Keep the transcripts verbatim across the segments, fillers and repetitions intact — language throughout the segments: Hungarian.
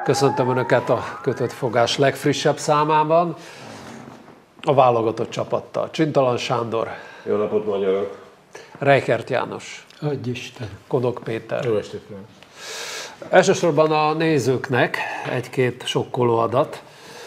Köszöntöm Önöket a Kötött Fogás legfrissebb számában, a válogatott csapattal. Csintalan Sándor. Jó napot, magyarok! Reichert János. Adj Isten! Kodok Péter. Jó estét! Elsősorban a nézőknek egy-két sokkoló adat.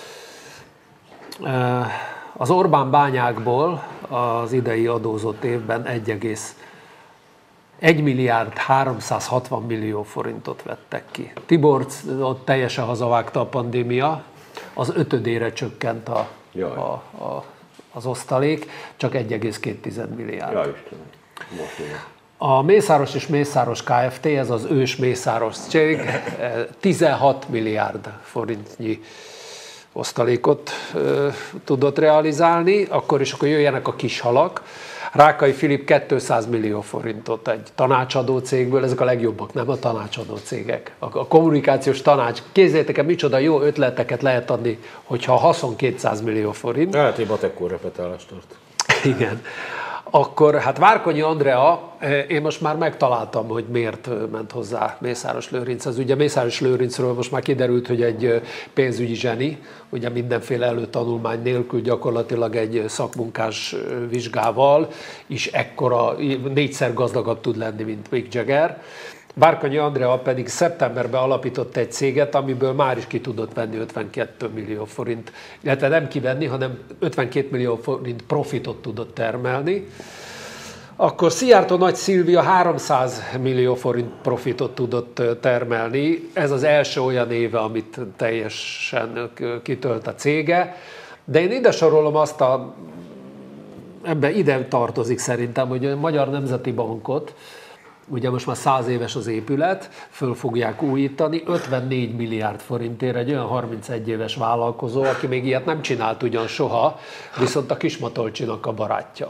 Az Orbán bányákból az idei adózott évben egy egész egy milliárd háromszázhatvan millió forintot vettek ki. Tiborc ott teljesen hazavágta a pandémia, az ötödére csökkent a, a, a, az osztalék, csak egy egész két milliárd. Jaj, Istenem. Most a Mészáros és Mészáros Kft., ez az ős Mészáros cég, tizenhat milliárd forintnyi osztalékot ö, tudott realizálni, akkor is akkor jöjjenek a kis halak. Rákai Filip kétszáz millió forintot egy tanácsadó cégből, ezek a legjobbak, nem a tanácsadó cégek. A kommunikációs tanács, képzeljétek el, micsoda jó ötleteket lehet adni, hogyha a haszon kétszáz millió forint. Lehet, hogy Batekó repetálást tart. Igen. Akkor hát Várkonyi Andrea, én most már megtaláltam, hogy miért ment hozzá Mészáros Lőrinc. Az ugye Mészáros Lőrincről most már kiderült, hogy egy pénzügyi zseni, ugye mindenféle előtanulmány nélkül gyakorlatilag egy szakmunkás vizsgával is ekkora, négyszer gazdagabb tud lenni, mint Mick Jagger. Várkonyi Andrea pedig szeptemberben alapított egy céget, amiből már is ki tudott venni ötvenkét millió forint, illetve nem kivenni, hanem ötvenkét millió forint profitot tudott termelni. Akkor Szijjártó Nagy Szilvia háromszáz millió forint profitot tudott termelni. Ez az első olyan éve, amit teljesen kitölt a cége. De én ide sorolom azt a, ebben ide tartozik szerintem, hogy a Magyar Nemzeti Bankot, ugye most már száz éves az épület, föl fogják újítani, ötvennégy milliárd forintért egy olyan harmincegy éves vállalkozó, aki még ilyet nem csinált ugyan soha, viszont a Kismatolcsinak a barátja.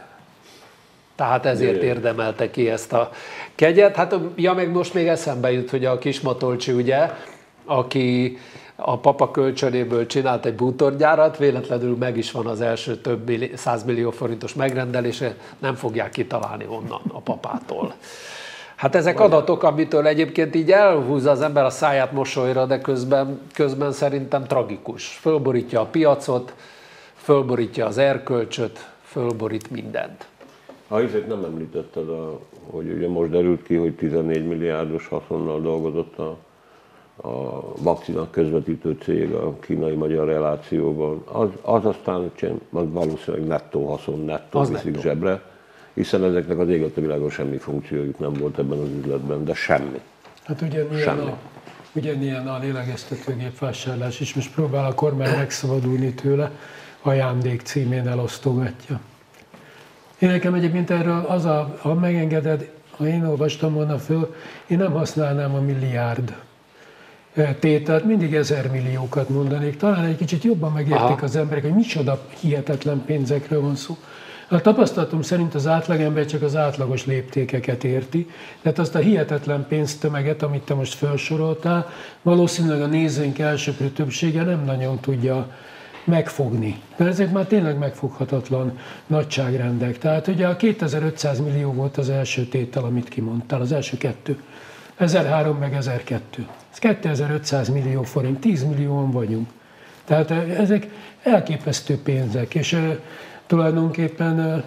Tehát ezért érdemelte ki ezt a kegyet. Hát ja, meg most még eszembe jut, hogy a Kismatolcsi, ugye, aki a papa kölcsönéből csinált egy bútorgyárat, véletlenül meg is van az első több száz millió forintos megrendelése, nem fogják kitalálni honnan a papától. Hát ezek adatok, amitől egyébként így elhúzza az ember a száját mosolyra, de közben, közben szerintem tragikus. Fölborítja a piacot, fölborítja az erkölcsöt, fölborít mindent. Ha ezért nem említetted, a, hogy ugye most derült ki, hogy tizennégy milliárdos haszonnal dolgozott a a vakcina közvetítő cég a kínai-magyar relációban, az, az aztán az valószínűleg nettó haszon, nettó az viszik nettó. Zsebre, hiszen ezeknek az ég a világon semmi funkciójuk nem volt ebben az üzletben, de semmi. Hát ugyanilyen, semmi. A, ugyanilyen a lélegeztetőgép vásárlás is, most próbál a kormány megszabadulni tőle, ajándék címén elosztogatja. Én nekem egyébként erről az a, ha megengeded, ha én olvastam volna föl, én nem használnám a milliárd tételt, mindig ezer milliókat mondanék. Talán egy kicsit jobban megértik Aha. az emberek, hogy micsoda hihetetlen pénzekről van szó. A tapasztalatom szerint az átlagember csak az átlagos léptékeket érti, tehát azt a hihetetlen pénztömeget, amit te most felsoroltál, valószínűleg a nézőink elsőprő többsége nem nagyon tudja megfogni. Mert ezek már tényleg megfoghatatlan nagyságrendek. Tehát ugye a kétezer-ötszáz millió volt az első tétel, amit kimondtál, az első kettő. ezerhárom meg ezerkettő. Ez kétezer-ötszáz millió forint, tíz millióan vagyunk. Tehát ezek elképesztő pénzek, és e, tulajdonképpen e,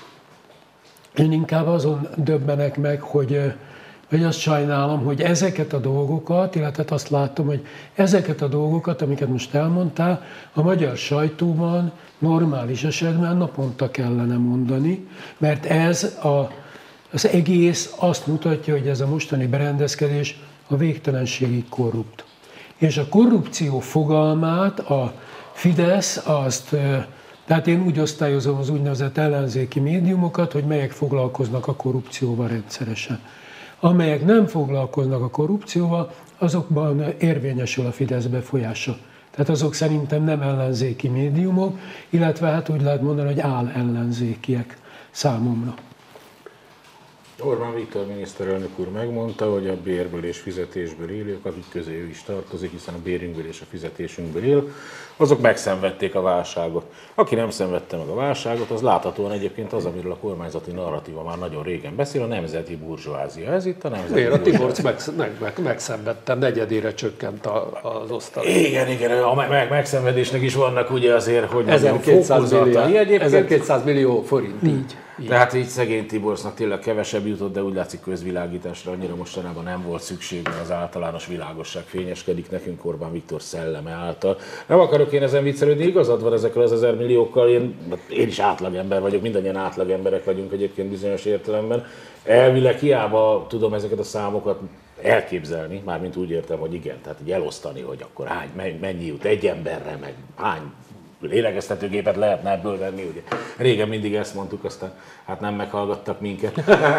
én inkább azon döbbenek meg, hogy, e, hogy azt sajnálom, hogy ezeket a dolgokat, illetve azt látom, hogy ezeket a dolgokat, amiket most elmondtál, a magyar sajtóban normális esetben naponta kellene mondani, mert ez a Az egész azt mutatja, hogy ez a mostani berendezkedés a végtelenségig korrupt. És a korrupció fogalmát a Fidesz azt, tehát én úgy osztályozom az úgynevezett ellenzéki médiumokat, hogy melyek foglalkoznak a korrupcióval rendszeresen. Amelyek nem foglalkoznak a korrupcióval, azokban érvényesül a Fidesz befolyása. Tehát azok szerintem nem ellenzéki médiumok, illetve hát úgy lehet mondani, hogy áll ellenzékiek számomra. Orbán Viktor miniszterelnök úr megmondta, hogy a bérből és fizetésből élők, akik közé ő is tartozik, hiszen a bérünkből és a fizetésünkből él, azok megszenvedték a válságot. Aki nem szenvedte meg a válságot, az láthatóan egyébként az, amiről a kormányzati narratíva már nagyon régen beszél, a nemzeti burzsóázia. Ez itt a nemzeti Miért? A burzsóázia. Tiborcs meg, meg, meg, megszenvedte, negyedére csökkent a, az osztalék. Igen, igen, a meg, meg, megszenvedésnek is vannak ugye azért, hogy ezerkétszáz millió, egyébként. ezerkétszáz millió forint. Így. így. Tehát így szegény Tiborcnak tényleg kevesebb jutott, de úgy látszik közvilágításra annyira mostanában nem volt szükség, mert az általános világosság fényeskedik nekünk Orbán Viktor szelleme által. Nem akarok én ezen viccelődni, igazad van ezekkel az ezer milliókkal, én, én is átlagember vagyok, mindannyian átlagemberek vagyunk egyébként bizonyos értelemben. Elvileg hiába tudom ezeket a számokat elképzelni, mármint úgy értem, hogy igen, tehát így elosztani, hogy akkor hány, mennyi jut egy emberre, meg hány lélegeztetőgépet lehetne ebből venni, ugye. Régen mindig ezt mondtuk, aztán hát nem meghallgattak minket.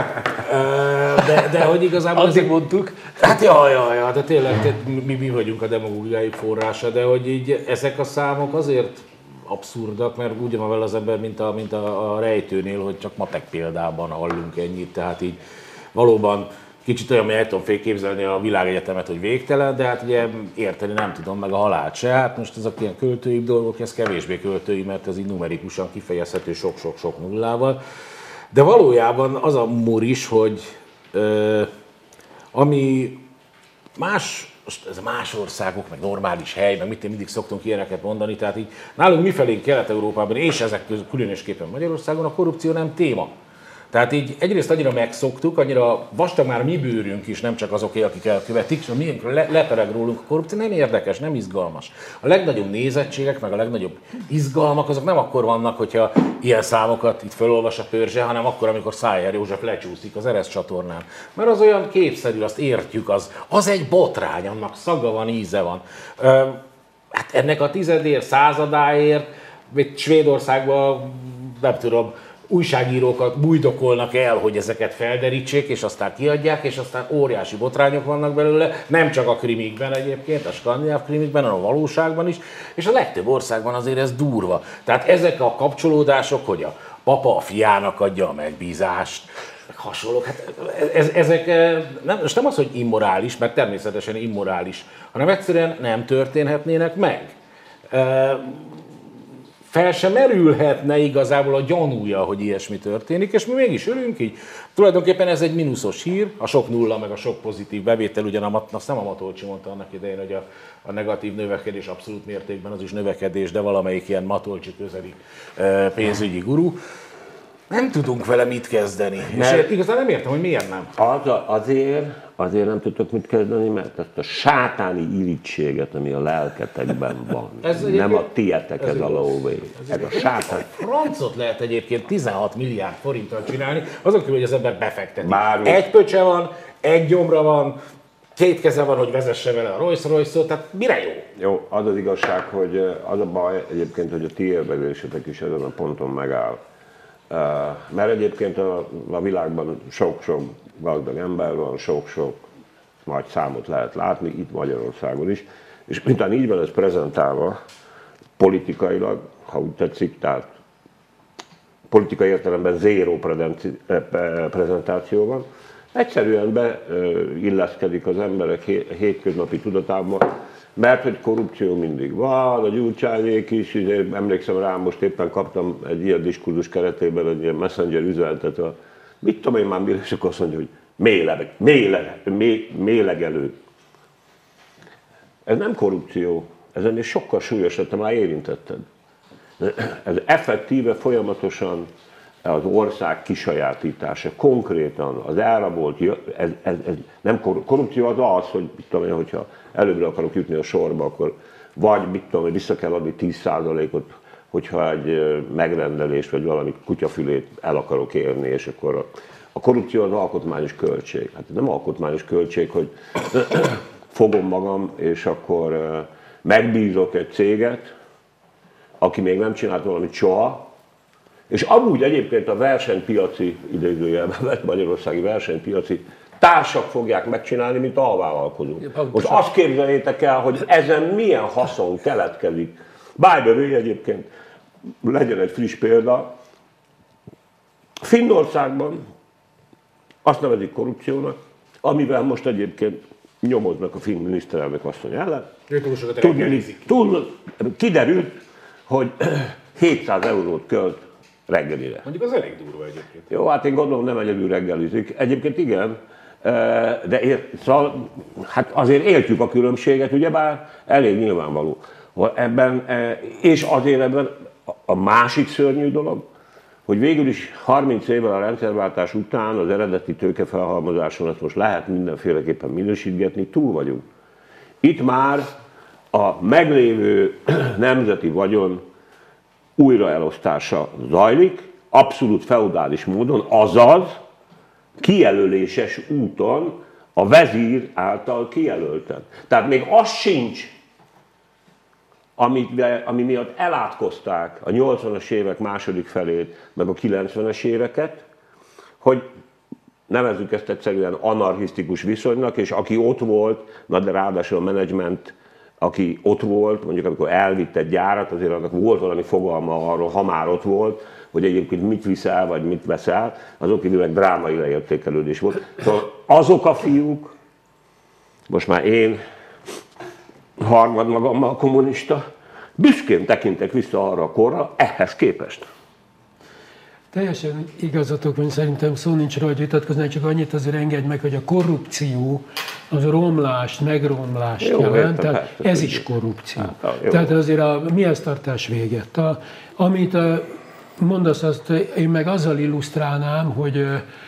De, de hogy igazából... Addig ezek... mondtuk. Hát jaj, jaj, jaj, de tényleg te, mi, mi vagyunk a demagógiájuk forrása, de hogy így ezek a számok azért abszurdak, mert úgy van vele az ember, mint a, mint a, a rejtőnél, hogy csak matek példában hallunk ennyit, tehát így valóban kicsit olyan, hogy el tudom képzelni a világegyetemet, hogy végtelen, de hát ugye érteni nem tudom, meg a halált se. Hát most ezek ilyen költői dolgok, ez kevésbé költői, mert ez így numerikusan kifejezhető sok-sok-sok nullával. De valójában az a mur is, hogy ö, ami más, ez más országok, meg normális hely, meg mit én mindig szoktunk ilyeneket mondani, tehát így nálunk mifelénk Kelet-Európában, és ezek közül különösképpen Magyarországon a korrupció nem téma. Tehát így egyrészt annyira megszoktuk, annyira vastag már mi bőrünk is, nem csak azoké, akik elkövetik, és miénkről le, lepereg rólunk a korrupció, nem érdekes, nem izgalmas. A legnagyobb nézettségek, meg a legnagyobb izgalmak, azok nem akkor vannak, hogyha ilyen számokat itt felolvas a Pörzse, hanem akkor, amikor Szájer József lecsúszik az Eresz csatornán. Mert az olyan képszerű, azt értjük, az, az egy botrány, annak szaga van, íze van. Ö, hát ennek a tizedért, századáért, vagy Svédországban, nem tudom, újságírókat bujdokolnak el, hogy ezeket felderítsék, és aztán kiadják, és aztán óriási botrányok vannak belőle, nem csak a krimikben egyébként, a skandináv krimikben, hanem a valóságban is, és a legtöbb országban azért ez durva. Tehát ezek a kapcsolódások, hogy a papa a fiának adja a megbízást, meg hasonlók, hát ez, ezek nem, most nem az, hogy immorális, mert természetesen immorális, hanem egyszerűen nem történhetnének meg. Fel sem merülhetne igazából a gyanúja, hogy ilyesmi történik, és mi mégis örülünk így. Tulajdonképpen ez egy mínuszos hír, a sok nulla, meg a sok pozitív bevétel, ugyan a, azt nem a Matolcsi mondta annak idején, hogy a, a negatív növekedés abszolút mértékben az is növekedés, de valamelyik ilyen Matolcsi közeli e, pénzügyi guru. Nem tudunk vele mit kezdeni. Mert és igazán nem értem, hogy miért nem. Az a, azért, azért nem tudtok mit kezdeni, mert ezt a sátáni irítséget, ami a lelketekben van, ez nem a tietek, ez, ez a lóvé. Ez, ez a sátán. Francot lehet egyébként tizenhat milliárd forinttal csinálni, azon kívül, hogy az ember befekteti. Bármi. Egy pöcse van, egy gyomra van, két keze van, hogy vezesse vele a Rolls-Royce-ot, tehát mire jó? Jó, az az igazság, hogy az a baj egyébként, hogy a ti érvelésetek is ezen a ponton megáll. Uh, mert egyébként a, a világban sok-sok gazdag ember van, sok-sok nagy számot lehet látni, itt Magyarországon is, és miután így van ez prezentálva, politikailag, ha úgy tetszik, tehát politikai értelemben zéró prezentáció van, egyszerűen beilleszkedik az emberek hétköznapi tudatába, mert hogy korrupció mindig van, a Gyurcsányék is, emlékszem rá, most éppen kaptam egy ilyen diskurzus keretében egy ilyen messenger üzenetet, a, mit tudom én már, mire, és akkor azt mondja, hogy méleg, méleg, mé, mélegelő. Ez nem korrupció, ez ennél sokkal súlyosabb, te már érintetted. Ez effektíve, folyamatosan az ország kisajátítása, konkrétan az elrabolt, ez, ez, ez nem korrupció, az az, hogy mit tudom én, hogyha előbbre akarok jutni a sorba, akkor vagy mit tudom én, vissza kell adni tíz százalékot, hogyha egy megrendelést vagy valami kutyafülét el akarok érni, és akkor a, a korrupció az alkotmányos költség. Hát nem alkotmányos költség, hogy fogom magam, és akkor megbízok egy céget, aki még nem csinált valamit soha, és amúgy egyébként a versenypiaci, idézőjelben vett magyarországi versenypiaci társak fogják megcsinálni, mint alvállalkozók. Most azt képzeljétek el, hogy ezen milyen haszon keletkezik. By the way, egyébként legyen egy friss példa. Finnországban azt nevezik korrupciónak, amivel most egyébként nyomoznak a finn miniszterelnök asszony ellen. Tudni, túl, kiderült, hogy hétszáz eurót költ reggelire. Mondjuk az elég durva egyébként. Jó, hát én gondolom nem egyedül reggelizik. Egyébként igen, de ér, szóval, hát azért értjük a különbséget, ugyebár elég nyilvánvaló. Ebben, és azért ebben a másik szörnyű dolog, hogy végül is harminc évvel a rendszerváltás után az eredeti tőkefelhalmozáson, ezt most lehet mindenféleképpen minősítgetni, túl vagyunk. Itt már a meglévő nemzeti vagyon újraelosztása zajlik, abszolút feudális módon, azaz kijelöléses úton a vezír által kijelölten. Tehát még az sincs, amit, ami miatt elátkozták a nyolcvanas évek második felét, meg a kilencvenes éveket, hogy nevezzük ezt egyszerűen anarchisztikus viszonynak, és aki ott volt, na de ráadásul a menedzsment, aki ott volt, mondjuk amikor elvitt egy gyárat, azért annak volt valami fogalma arról, ha már ott volt, hogy egyébként mit viszel, vagy mit veszel, azok időleg drámai leértékelődés volt. Szóval azok a fiúk, most már én, harmad magammal kommunista, büszkén tekintek vissza arra a korra, ehhez képest. Teljesen igazatok van, szerintem szó nincs rá, hogy vitatkozni, csak annyit azért engedj meg, hogy a korrupció az romlást, megromlást jó, jelent, értem, tehát persze, ez tudjuk. is korrupció. Hát, tehát azért a mihez tartás véget. A, amit a, mondasz, azt én meg azzal illusztrálnám, hogy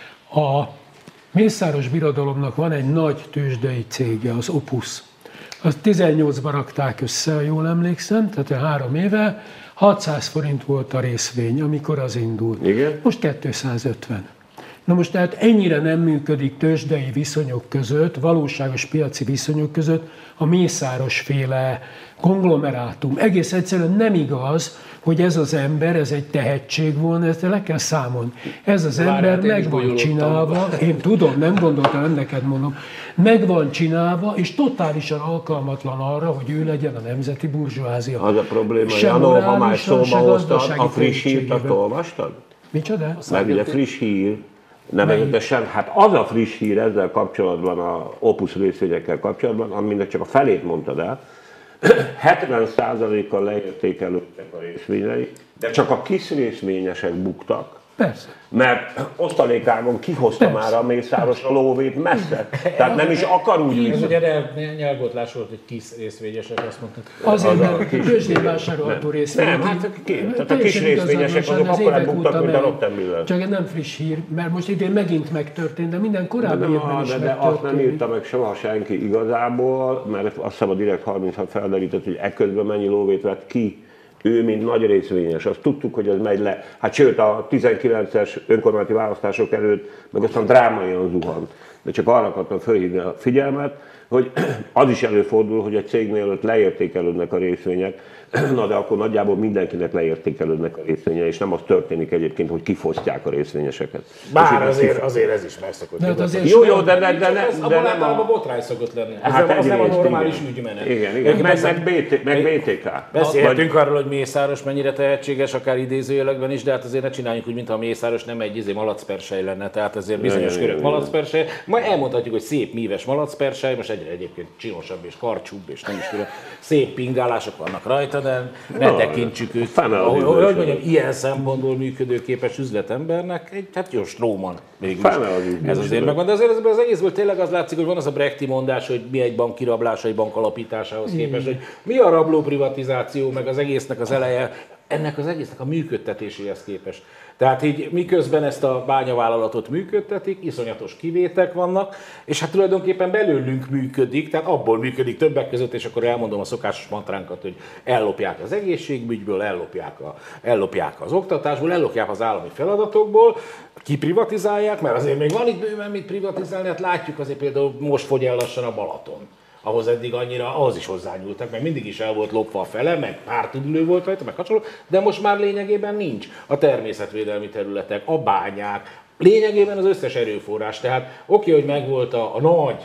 a Mészáros Birodalomnak van egy nagy tőzsdei cége, az Opus. Azt tizennyolcban rakták össze, ha jól emlékszem, tehát három éve, hatszáz forint volt a részvény, amikor az indult. Igen. Most kétszázötven. Na most tehát ennyire nem működik tőzsdei viszonyok között, valóságos piaci viszonyok között a Mészáros féle konglomerátum. Egész egyszerűen nem igaz, hogy ez az ember, ez egy tehetség volna, ezt le kell számolni. Ez az Várját, ember én meg is van bonyolultam. csinálva, én tudom, nem gondoltam, nem neked mondom, meg van csinálva, és totálisan alkalmatlan arra, hogy ő legyen a nemzeti burzsóázia. Az a probléma, Se Janó, ha már morálisan, se szóba hoztad, gazdasági a friss hírt, azt tehetségében. olvastad? Micsoda? Meg ugye friss hír, nevezetesen, hát az a friss hír ezzel kapcsolatban, a Opus részvényekkel kapcsolatban, aminek csak a felét mondtad el, hetven százalékkal leértékelődtek a részvényei, de csak a kis részvényesek buktak, Persze. mert osztalékában kihozta Persze. már a Mészáros a lóvét messze. Tehát nem is akar úgy Ez vissza. ugye nyelvbotlás volt, hogy kis részvényesek, azt mondtad. Azért, Az a mert kis- tőzsdén vásárolható részvények. Nem, hát ki- tehát a kis Teljesen igazad részvényesek van, azok Sándor, akkor az évek buktak, óta mint a megy. Rottenmüller. Csak ez nem friss hír, mert most idén megint megtörtént, de minden De, korábbi nem, évben a- is de, de azt nem megtörtént. írta meg soha senki igazából, mert azt hiszem a Direkt harminchat felderített, hogy ekközben mennyi lóvét vett ki. Ő, mint nagy részvényes, azt tudtuk, hogy ez megy le. Hát sőt, a tizenkilences önkormányzati választások előtt meg aztán drámaian zuhant. De csak arra akartam felhívni a figyelmet, hogy az is előfordul, hogy egy cégnél ott leértékelődnek a részvények, na de akkor nagyjából mindenkinek leértékelődnek a részvényei, és nem az történik egyébként, hogy kifosztják a részvényeseket. És Bár így azért, kif- azért ez is meg szokott De hát lenni. azért Jó, sem- jó, de, de, de, Csak de, ez de abban nem általában a... botrány szokott lenni. Ez, Hát nem, az nem a egyrészt, normális igen. ügymenet. Igen, igen. Meg, Persze- meg, bé té, meg bé té ká. Beszélhetünk arról, hogy Mészáros mennyire tehetséges, akár idézőjelekben is, de hát azért ne csináljuk úgy, mintha a Mészáros nem egy izé malacpersely lenne, tehát azért bizonyos Ja, ja, körök ja, ja. malacpersely. Majd elmondhatjuk, hogy szép, míves malacpersely, most egyre egyébként csinosabb és karcsúbb, és nem is tudom, szép pingálások vannak rajta, de ne Na, tekintsük őt, fene az ahogy, üzlet. hogy mondjam, ilyen szempontból működőképes üzletembernek, egy hát jó stróman végül Fene az is. üzlet. Ez azért megvan, de azért ebből az egészből tényleg az látszik, hogy van az a brechti mondás, hogy mi egy bank kirablása, egy bank alapításához képest, hogy mi a rabló privatizáció, meg az egésznek az eleje, ennek az egésznek a működtetéséhez képest. Tehát így miközben ezt a bányavállalatot működtetik, iszonyatos kivétek vannak, és hát tulajdonképpen belőlünk működik, tehát abból működik többek között, és akkor elmondom a szokásos mantránkat, hogy ellopják az egészségügyből, ellopják, a, ellopják az oktatásból, ellopják az állami feladatokból, kiprivatizálják, mert azért még van itt bőven mit privatizálni, hát látjuk azért például most fogy el lassan a Balaton. Ahhoz eddig annyira, ahhoz is hozzányúltak, meg mindig is el volt lopva a fele, meg pártüdülő volt rajta, meg hasonló, de most már lényegében nincs. A természetvédelmi területek, a bányák, lényegében az összes erőforrás. Tehát oké, hogy megvolt a, a nagy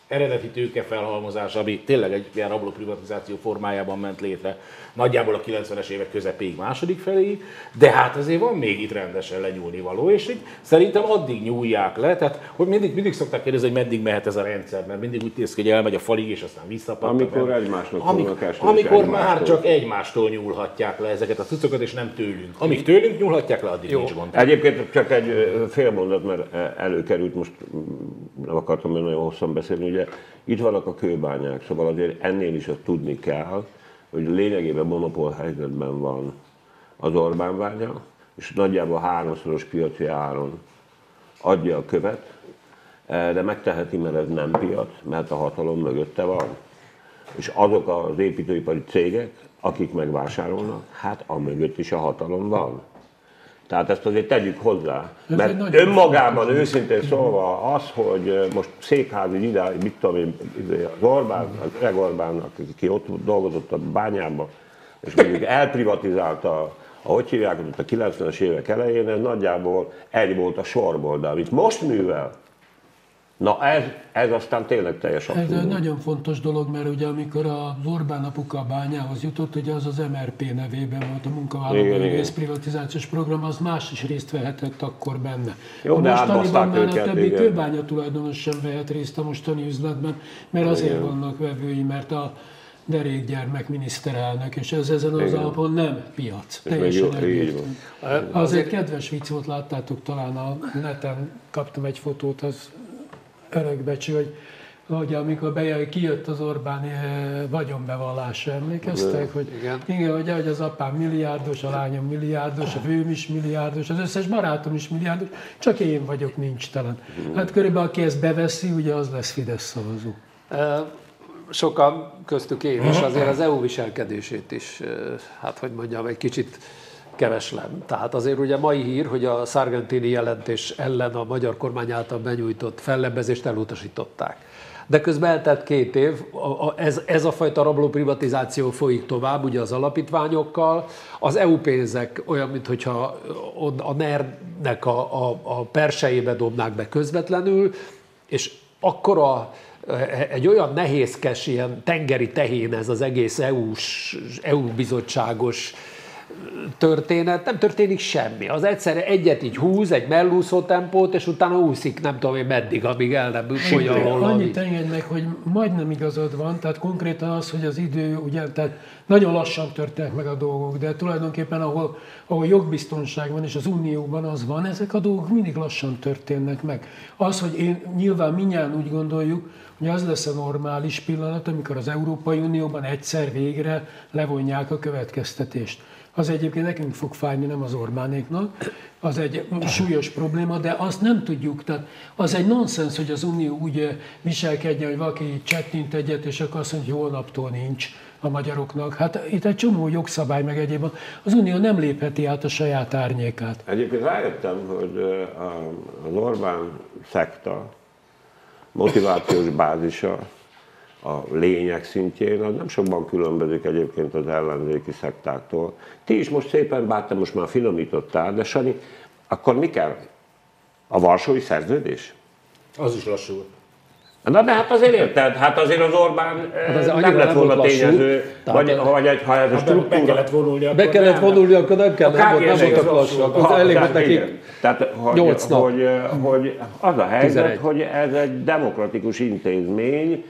eredeti tőkefelhalmozás, ami tényleg egy ilyen rablóprivatizáció formájában ment létre, nagyjából a kilencvenes évek közepéig, második feléig, de hát azért van még itt rendesen lenyúlni való, és így szerintem addig nyúlják le, tehát hogy mindig, mindig szokták kérdezni, hogy meddig mehet ez a rendszer, mert mindig úgy néz ki, hogy elmegy a falig, és aztán visszapattan. Amikor egymásnak amikor, amikor már csak egymástól nyúlhatják le ezeket a cuccokat, és nem tőlünk. Amíg tőlünk nyúlhatják le, addig Jó. nincs gond. Egyébként csak egy fél mondat, mert előkerült, most nem akartam nagyon hosszan beszélni, ugye itt vannak a kőbányák, szóval azért ennél is azt tudni kell, hogy lényegében monopól helyzetben van az Orbán bánya, és nagyjából háromszoros piaci áron adja a követ, de megteheti, mert ez nem piac, mert a hatalom mögötte van. És azok az építőipari cégek, akik megvásárolnak, hát a mögött is a hatalom van. Tehát ezt azért tegyük hozzá, mert önmagában őszintén szólva az, hogy most székházi idáig, mit tudom én, az Orbán, az Orbánnak, aki ott dolgozott a bányában, és mondjuk elprivatizálta, ahogy hívják, a kilencvenes évek elején, ez nagyjából egy volt a sorból, de amit most művel, na ez, ez aztán tényleg teljes abszurd. Ez egy nagyon fontos dolog, mert ugye amikor az Orbán apuka a bányához jutott, ugye az az em er pé nevében volt a munkavállalói részprivatizációs program, az más is részt vehetett akkor benne. Jó, a mostaniban már őket, a többi igen. kőbánya tulajdonos sem vehet részt a mostani üzletben, mert azért igen. vannak vevői, mert a derékgyermek miniszterelnök, és ez ezen az alapon nem piac. Teljesen egyértelmű. Az egy kedves vicc volt, láttátok talán a neten, kaptam egy fotót, az örökbecsű, hogy, hogy amikor bejön, kijött az Orbáni vagyonbevallásra, emlékeztek, hogy igen, igen hogy, hogy az apám milliárdos, a lányom milliárdos, a főm is milliárdos, az összes barátom is milliárdos, csak én vagyok nincs telen. Hát körülbelül aki ezt beveszi, ugye az lesz Fidesz szavazó. Sokan, köztük én is, azért az é u viselkedését is, hát hogy mondjam, egy kicsit keveslem. Tehát azért ugye mai hír, hogy a Sargentini jelentés ellen a magyar kormány által benyújtott fellebbezést elutasították. De közben eltelt két év, ez, ez a fajta rablóprivatizáció folyik tovább, ugye az alapítványokkal. Az é u pénzek olyan, mintha a NER-nek a, a, a persejébe dobnák be közvetlenül, és akkora egy olyan nehézkes, ilyen tengeri tehén ez az egész é u-s, é u bizottságos történet, nem történik semmi. Az egyszerre egyet így húz, egy mellúszó tempót, és utána úszik nem tudom én meddig, amíg el nem folyamol. Annyit engedj meg, hogy majdnem igazad van, tehát konkrétan az, hogy az idő, ugye, tehát nagyon lassan történnek meg a dolgok, de tulajdonképpen ahol, ahol jogbiztonság van, és az Unióban az van, ezek a dolgok mindig lassan történnek meg. Az, hogy én nyilván mindjárt úgy gondoljuk, hogy az lesz a normális pillanat, amikor az Európai Unióban egyszer végre levonják a következtetést. Az egyébként nekünk fog fájni, nem az Orbánéknak, az egy súlyos probléma, de azt nem tudjuk, tehát az egy nonsens, hogy az Unió úgy viselkedjen, hogy valaki csettint egyet, és akkor azt mondja, hogy holnaptól nincs a magyaroknak. Hát itt egy csomó jogszabály meg egyébben. Az Unió nem lépheti át a saját árnyékát. Egyébként rájöttem, hogy az Orbán szekta motivációs bázisa a lényeg szintjén, az nem sokban különbözik egyébként az ellenzéki szektáktól. Ti is most szépen, bár te most már finomítottál, de Sanyi, akkor mi kell? A Varsói Szerződés? Az is lassú. Na de hát azért érted, hát azért az Orbán hát az nem lett volna tényező, vagy, vagy egy, ha ez a struktúra... Be kellett vonulni, akkor Be kellett vonulni, akkor nem kell, nem, nem voltak lassúak, az elég volt nekik nyolc nap. Hogy, hogy az a helyzet, tizenegy. Hogy ez egy demokratikus intézmény,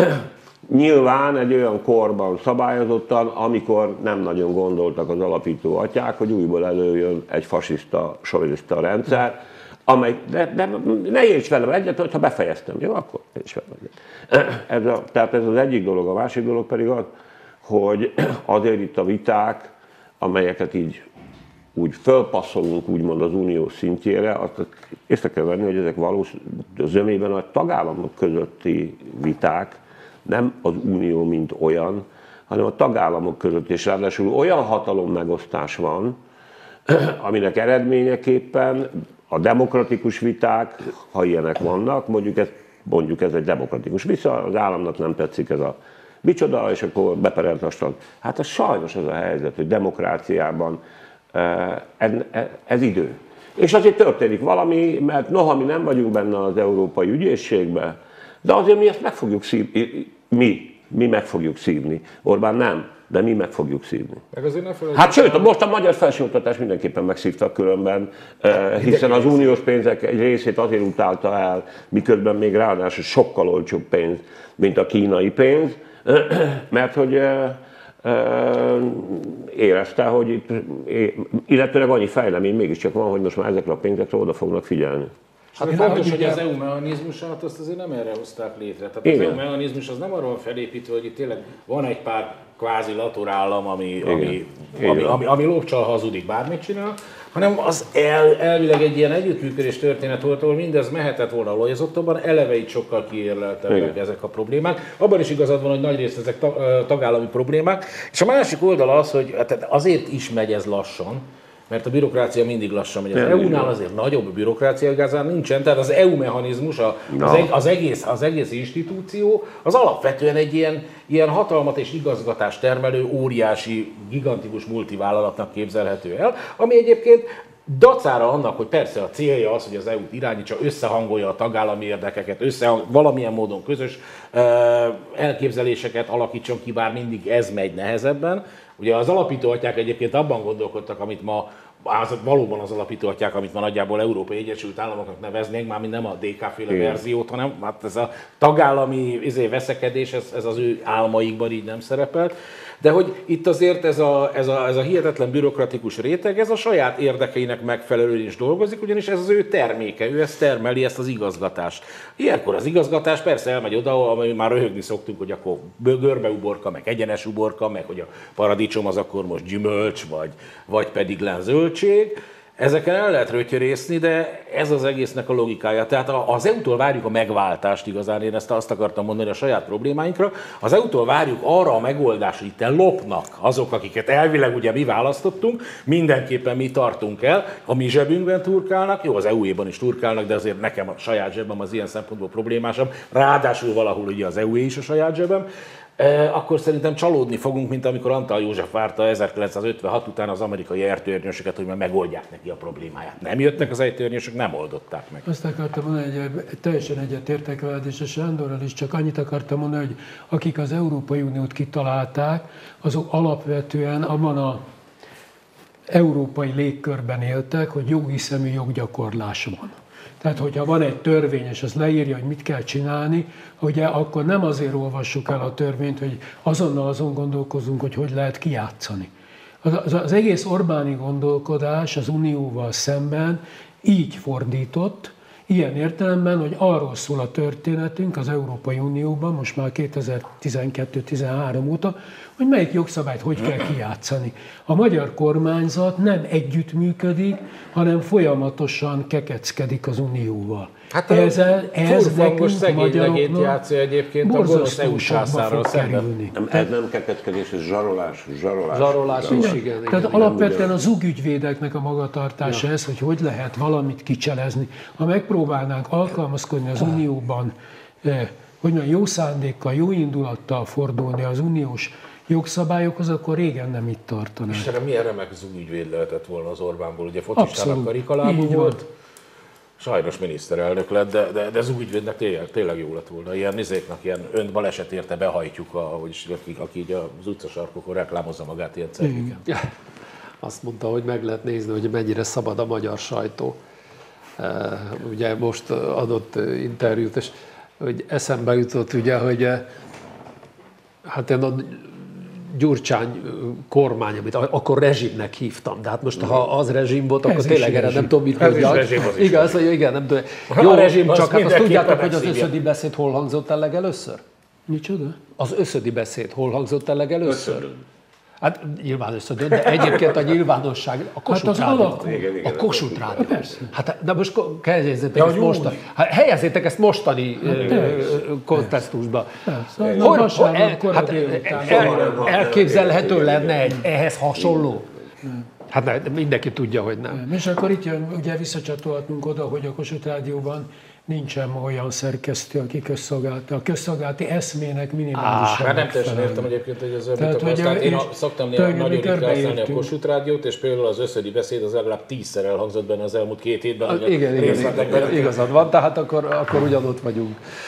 nyilván egy olyan korban szabályozottan, amikor nem nagyon gondoltak az alapító atyák, hogy újból előjön egy fasiszta, soviniszta rendszer, amely, de, de ne érts velem egyet, hogyha befejeztem, jó, akkor érts velem egyet. Ez a, tehát ez az egyik dolog, a másik dolog pedig az, hogy azért itt a viták, amelyeket így úgy fölpasszolunk úgymond az unió szintjére, azt észre kell venni, hogy ezek valószínűleg zömében a tagállamok közötti viták, nem az unió mint olyan, hanem a tagállamok között, és ráadásul olyan hatalom megosztás van, aminek eredményeképpen a demokratikus viták, ha ilyenek vannak, mondjuk ez, mondjuk ez egy demokratikus vissza, az államnak nem tetszik ez a micsoda, és akkor beperelt a strand. Hát ez sajnos az a helyzet, hogy demokráciában ez, ez idő. És azért történik valami, mert noha mi nem vagyunk benne az Európai Ügyészségben, De azért mi ezt meg fogjuk szívni, mi, mi meg fogjuk szívni. Orbán nem, de mi meg fogjuk szívni. Meg azért ne hát sőt, most a magyar felsőoktatás mindenképpen megszívta különben, hiszen az uniós pénzek egy részét azért utálta el, miközben még ráadásul sokkal olcsóbb pénz, mint a kínai pénz, mert hogy érezte, hogy itt, illetőleg annyi fejlemény mégiscsak van, hogy most már ezekre a pénzekre oda fognak figyelni. Hát fontos, hogy az é u mechanizmusát azt azért nem erre hozták létre. Tehát az é u mechanizmus az nem arról felépítve, hogy itt tényleg van egy pár kvázi latorállam, ami, ami, ami, ami, ami lógcsal hazudik, bármit csinál, hanem az el, elvileg egy ilyen együttműködés történet volt, ahol mindez mehetett volna lojazottabban, eleve itt sokkal kiérleltebbek ezek a problémák. Abban is igazad van, hogy nagyrészt ezek tagállami problémák. És a másik oldal az, hogy azért is megy ez lassan, mert a bürokrácia mindig lassan megy. Az é u-nál azért nagyobb bürokrácia igazán nincsen, tehát az é u mechanizmus, az, eg, az, egész, az egész institúció, az alapvetően egy ilyen, ilyen hatalmat és igazgatást termelő, óriási, gigantikus multivállalatnak képzelhető el, ami egyébként dacára annak, hogy persze a célja az, hogy az é u-t irányítsa, összehangolja a tagállami érdekeket, összehang, valamilyen módon közös uh, elképzeléseket alakítson ki, bár mindig ez megy nehezebben. Ugye az alapító atyák egyébként abban gondolkodtak, amit ma, az valóban az alapító atyák, amit ma nagyjából Európai Egyesült Államoknak neveznénk, mármint nem a dé ká-féle verziót, hanem hát ez a tagállami izé, veszekedés, ez, ez az ő álmaikban így nem szerepelt. De hogy itt azért ez a, ez, a, ez a hihetetlen bürokratikus réteg, ez a saját érdekeinek megfelelően is dolgozik, ugyanis ez az ő terméke, ő ezt termeli, ezt az igazgatást. Ilyenkor az igazgatás persze elmegy oda, amely már röhögni szoktunk, hogy akkor görbeuborka, meg egyenes uborka, meg hogy a paradicsom az akkor most gyümölcs, vagy, vagy pedig len zöldség. Ezeken el lehet rötyörészni, de ez az egésznek a logikája. Tehát az é u-tól várjuk a megváltást igazán, én ezt azt akartam mondani a saját problémáinkra. Az é u-tól várjuk arra a megoldást, hogy itt lopnak azok, akiket elvileg ugye mi választottunk, mindenképpen mi tartunk el, a mi zsebünkben turkálnak, jó, az é u-éban is turkálnak, de azért nekem a saját zsebem az ilyen szempontból problémásabb, ráadásul valahol ugye az é u-é is a saját zsebem. Akkor szerintem csalódni fogunk, mint amikor Antal József várta ezerkilencszázötvenhat után az amerikai ejtőernyősöket, hogy már megoldják neki a problémáját. Nem jöttek az ejtőernyősök, nem oldották meg. Azt akartam mondani, hogy teljesen egyetértek veled, és a Sándorral is csak annyit akartam mondani, hogy akik az Európai Uniót kitalálták, azok alapvetően abban az európai légkörben éltek, hogy joghiszemű joggyakorlás van. Tehát, hogyha van egy törvény, és az leírja, hogy mit kell csinálni, ugye, akkor nem azért olvassuk el a törvényt, hogy azonnal azon gondolkozunk, hogy hogy lehet kijátszani. Az, az, az egész Orbáni gondolkodás az Unióval szemben így fordított, ilyen értelemben, hogy arról szól a történetünk az Európai Unióban, most már kétezer-tizenkettő tizenhárom óta, hogy melyik jogszabályt hogy kell kijátszani. A magyar kormányzat nem együttműködik, hanem folyamatosan kekeckedik az Unióval. Hát ez, ez nekünk magyaroknak játszja egyébként a gonosz é u császárral szemben. Nem, ez nem kekeckedés, ez zsarolás. Zsarolás, zsarolás, zsarolás. Is, igen. Tehát igen, alapvetően az zugügyvédeknek a magatartása ja. ez, hogy hogy lehet valamit kicselezni. Ha megpróbálnánk alkalmazkodni az Unióban, eh, hogy mondjam, jó szándékkal, jó indulattal fordulni az uniós jogszabályokhoz, akkor régen nem itt tartanánk. Istenem, milyen remek zugügyvéd lehetett volna az Orbánból, ugye focistának karikalábú volt. Sajnos miniszterelnök lett, de, de, de az ügyvédnek tényleg, tényleg jó lett volna. Ilyen izéknak, ilyen önt érte behajtjuk, ahogy, aki, aki így az utcasarkokon reklámozza magát ilyen cerkiken. Ja. Azt mondta, hogy meg lehet nézni, hogy mennyire szabad a magyar sajtó. Ugye most adott interjút, és hogy eszembe jutott, ugye, hogy hát én a Gyurcsány kormány, amit akkor rezsimnek hívtam, de hát most ha az rezsim volt, akkor tényleg erre nem tudom mit mondjak. Igaz, hogy igen, nem tudom. Jó rezsim, csak hát azt tudjátok, hogy az összödi beszéd hol hangzott el legelőször? Micsoda? Az összödi beszéd hol hangzott el legelőször? Hát nyilván összedőn, de egyébként a nyilvánosság, a Kossuth hát Rádió. A Kossuth Rádió. Hát, de most helyezzétek ezt mostani, hát helyezzétek ezt mostani kontextusba. Elképzelhető lenne egy ehhez hasonló? Hát ne, mindenki tudja, hogy nem. nem. És akkor itt jön, ugye visszacsatolhatunk oda, hogy a Kossuth Rádióban nincsen olyan szerkesztő, aki közszolgálati. A közszolgálati eszmének minimálisan. Ah, nem teljesen értem egyébként, hogy ez öbbet akarsz. Tehát én a, szoktam nagyon ritkán használni a Kossuth Rádiót, és például az összödi beszéd az legalább tízszer elhangzott benne az elmúlt két hétben. A, igen, igen, igen, igazad van, tehát akkor, akkor ugyanott vagyunk.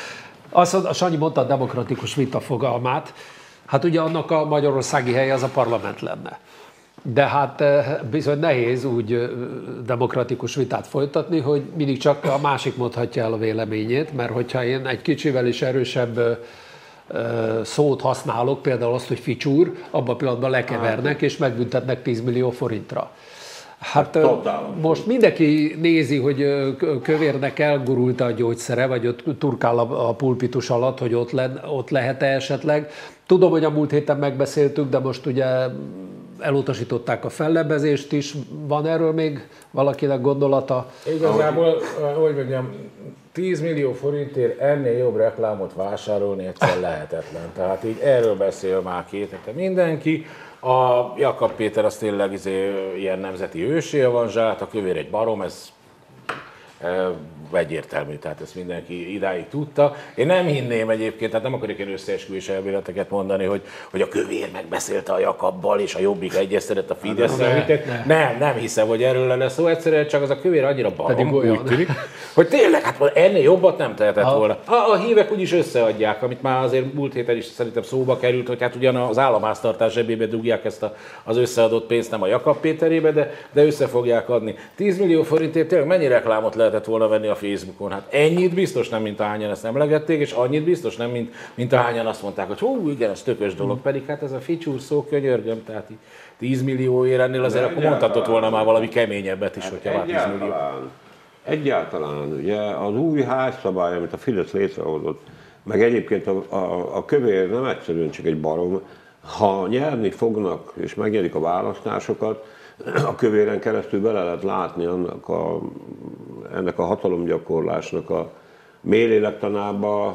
Azt, a Sanyi mondta a demokratikus vita fogalmát, hát ugye annak a magyarországi helye az a parlament lenne. De hát bizony nehéz úgy demokratikus vitát folytatni, hogy mindig csak a másik mondhatja el a véleményét, mert hogyha én egy kicsivel is erősebb szót használok, például azt, hogy ficsúr, abban a pillanatban lekevernek és megbüntetnek tíz millió forintra. Hát most mindenki nézi, hogy Kövérnek elgurult a gyógyszere, vagy ott turkál a pulpitus alatt, hogy ott, le, ott lehet-e esetleg. Tudom, hogy a múlt héten megbeszéltük, de most ugye elutasították a fellebbezést is. Van erről még valakinek gondolata? Igazából, hogy mondjam, tíz millió forintért ennél jobb reklámot vásárolni egyszer lehetetlen. Tehát így erről beszél már két hete mindenki. A Jakab Péter az tényleg izé, ilyen nemzeti ősé, van zsát, a Kövér egy barom, ez e, egyértelmű, tehát ezt mindenki idáig tudta. Én nem hinném egyébként, tehát nem akarok ilyen összeesküvés elméleteket mondani, hogy, hogy a Kövér megbeszélte a Jakabbal, és a Jobbik egyeztetett a Fidesz-szel. Ne, ne. Nem, nem hiszem, hogy erről lenne szó, egyszerűen csak az a Kövér annyira barom, úgy tűnik, hogy tényleg, hát ennél jobbat nem tehetett ha. volna. A, a hívek úgyis összeadják, amit már azért múlt héten is szerintem szóba került, hogy hát ugyan az államháztartás zsebébe dugják ezt a, az összeadott pénzt, nem a Jakab Péterébe, de, de össze fogják adni. tíz millió forintért tényleg mennyi reklámot lehetett volna venni a Facebookon? Hát ennyit biztos nem, mint ahányan ezt emlegették, és annyit biztos nem, mint, mint ahányan azt mondták, hogy hú, igen, ez tökös dolog, pedig hát ez a ficsúr szó, könyörgöm, tehát tíz millióért ennél azért akkor mondhatott volna már valami keményebbet is, hát hogyha már tíz millió. Egyáltalán, ugye az új házszabály, amit a Fidesz létrehozott, meg egyébként a, a, a Kövér nem egyszerűen csak egy barom, ha nyerni fognak és megnyerik a választásokat, a Kövéren keresztül bele lehet látni annak a, ennek a hatalomgyakorlásnak a mélélektanába,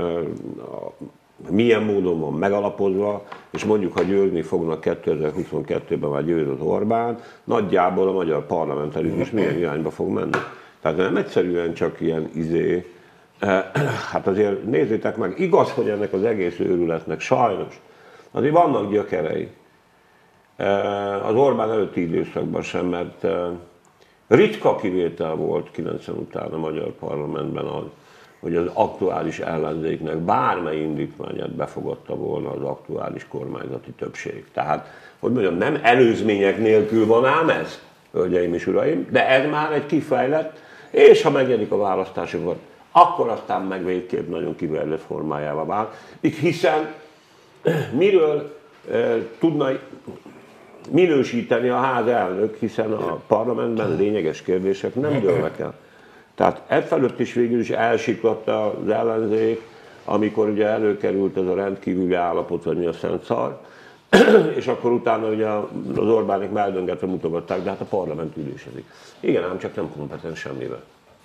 milyen módon van megalapozva, és mondjuk, ha győzni fognak kétezer-huszonkettőben már győzött Orbán, nagyjából a magyar parlamentarizmus milyen irányba fog menni. Tehát nem egyszerűen csak ilyen izé, hát azért nézzétek meg, igaz, hogy ennek az egész őrületnek sajnos, azért vannak gyökerei. Az Orbán előtti időszakban sem, mert ritka kivétel volt kilencven után a magyar parlamentben az, hogy az aktuális ellenzéknek bármely indítványát befogadta volna az aktuális kormányzati többség. Tehát, hogy mondjam, nem előzmények nélkül van ám ez, hölgyeim és uraim, de ez már egy kifejlett, és ha megnyerik a választásokat, akkor aztán meg végképp nagyon kifejlett formájává vált. Hiszen miről e, tudna minősíteni a ház elnök, hiszen a parlamentben lényeges kérdések nem dőlnek el. Tehát efelőtt is végül is elsiklott az ellenzék, amikor ugye előkerült ez a rendkívüli állapot, vagy mi a szent szar, és akkor utána ugye az Orbánék meldöngetve mutogatták, de hát a parlament ülésezik. Igen, ám csak nem kompetens semmivel.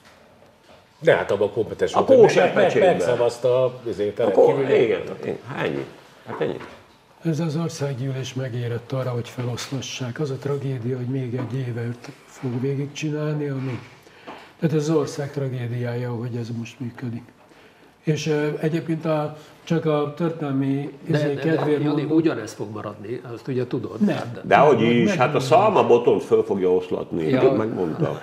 De hát abban kompetens volt, hogy meg, meg, megszavazta a vizételen kívüli. Igen, ennyi. Hát ennyi. Ez az országgyűlés megérett arra, hogy feloszlassák. Az a tragédia, hogy még egy évet fog végigcsinálni, ami... Tehát ez az ország tragédiája, hogy ez most működik. És uh, egyébként a, csak a történelmi izé kedvéért mondom... ugyanez fog maradni, azt ugye tudod? Nem. De, de hogy is, hát a szalmabotont föl fogja oszlatni, ja. Megmondta.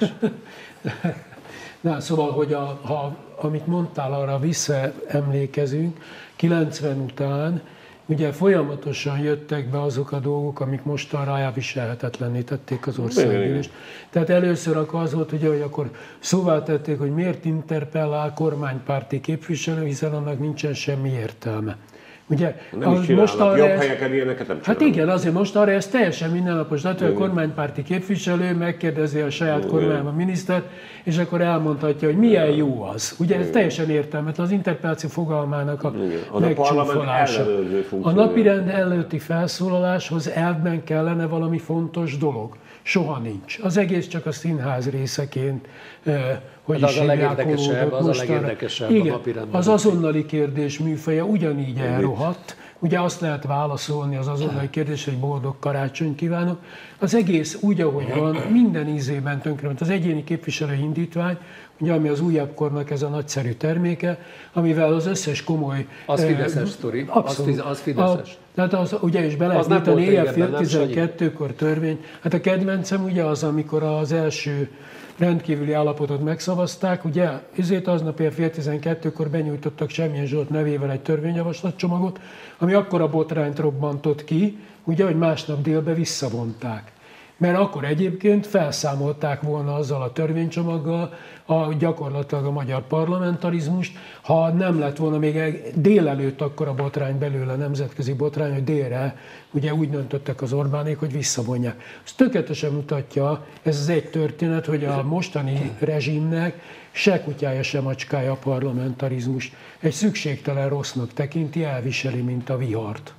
Na, szóval, hogy a, ha, amit mondtál, arra visszaemlékezünk, kilencven után ugye folyamatosan jöttek be azok a dolgok, amik mostanra elviselhetetlenné tették az országgyűlést. Tehát először akkor az volt, ugye, hogy akkor szóvá tették, hogy miért interpellál kormánypárti képviselő, hiszen annak nincsen semmi értelme. Ugye, nem is most arra jobb ezt, helyeken ilyeneket nem hát igen, azért most arra ez teljesen mindennapos. Tehát, hogy a kormánypárti képviselő megkérdezi a saját kormányban a minisztert, és akkor elmondhatja, hogy milyen jó az. Ugye ez teljesen értelmetlen, az interpelláció fogalmának a megcsúfolása. A napirend előtti felszólaláshoz elvben kellene valami fontos dolog. Soha nincs. Az egész csak a színház részeként, hogy is hívják, az a legérdekesebb a napirendben. Az azonnali kérdés műfaja ugyanígy elrohadt. Ugye azt lehet válaszolni az azonnali kérdésre, hogy boldog karácsonyt kívánok. Az egész úgy, ahogy van, minden ízében tönkrement. Az egyéni képviselő indítvány, ugye, ami az újabb kornak ez a nagyszerű terméke, amivel az összes komoly... Az fideszes sztori. Abszolút. Az, az fideszes. A, Tehát az, ugye is be lehet nyitani éjjel fél tizenkettőkor törvény. Hát a kedvencem ugye az, amikor az első rendkívüli állapotot megszavazták, ugye ezért aznap éjjel fél tizenkettőkor benyújtottak Semjén Zsolt nevével egy törvényjavaslatcsomagot, ami akkora botrányt robbantott ki, ugye, hogy másnap délbe visszavonták. Mert akkor egyébként felszámolták volna azzal a törvénycsomaggal a, gyakorlatilag a magyar parlamentarizmust, ha nem lett volna még délelőtt akkor a botrány belőle, nemzetközi botrány, hogy délre ugye úgy döntöttek az Orbánék, hogy visszavonják. Ez tökéletesen mutatja, ez az egy történet, hogy a mostani rezsimnek se kutyája, se macskája a parlamentarizmus. Egy szükségtelen rossznak tekinti, elviseli, mint a vihart.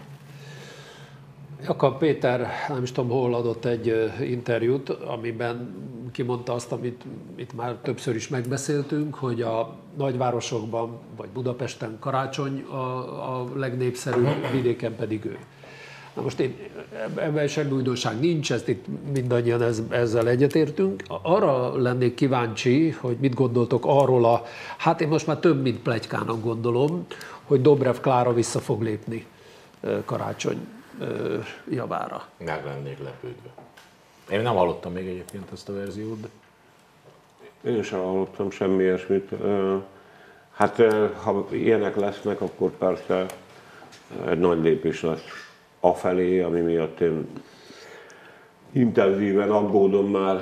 Jakab Péter, nem is tudom hol adott egy interjút, amiben kimondta azt, amit itt már többször is megbeszéltünk, hogy a nagyvárosokban, vagy Budapesten Karácsony a, a legnépszerűbb, vidéken pedig ő. Na most én, ebben semmi újdonság nincs, ezt itt mindannyian ez, ezzel egyetértünk. Arra lennék kíváncsi, hogy mit gondoltok arról a, hát én most már több mint pletykának gondolom, hogy Dobrev Klára vissza fog lépni Karácsony javára. Meg lennék lepődve. Én nem hallottam még egyébként ezt a verziót, de... Én sem hallottam semmi ilyesmit. Hát ha ilyenek lesznek, akkor persze egy nagy lépés lesz afelé, ami miatt én intenzíven aggódom már,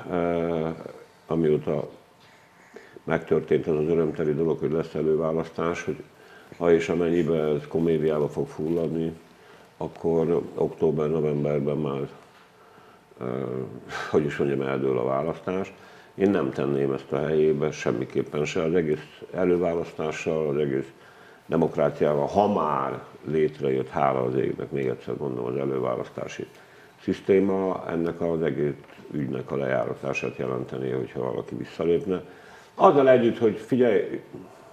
amióta megtörtént az az örömteli dolog, hogy lesz előválasztás, hogy ha és amennyiben ez komédiába fog fulladni, akkor október-novemberben már, eh, hogy is mondjam, eldől a választás. Én nem tenném ezt a helyébe, semmiképpen se. Az egész előválasztással, az egész demokráciával, ha már létrejött, hála az égnek, még egyszer mondom, az előválasztási szisztéma, ennek az egész ügynek a lejáratását jelenteni, hogyha valaki visszalépne. Azzal együtt, hogy figyelj,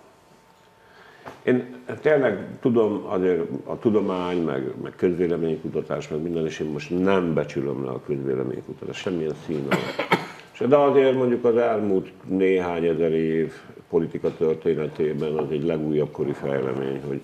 én tényleg tudom, azért a tudomány, meg, meg közvéleménykutatás, meg minden, és én most nem becsülöm le a közvéleménykutatást, semmilyen színnel. De azért mondjuk az elmúlt néhány ezer év politika történetében az egy legújabb kori fejlemény, hogy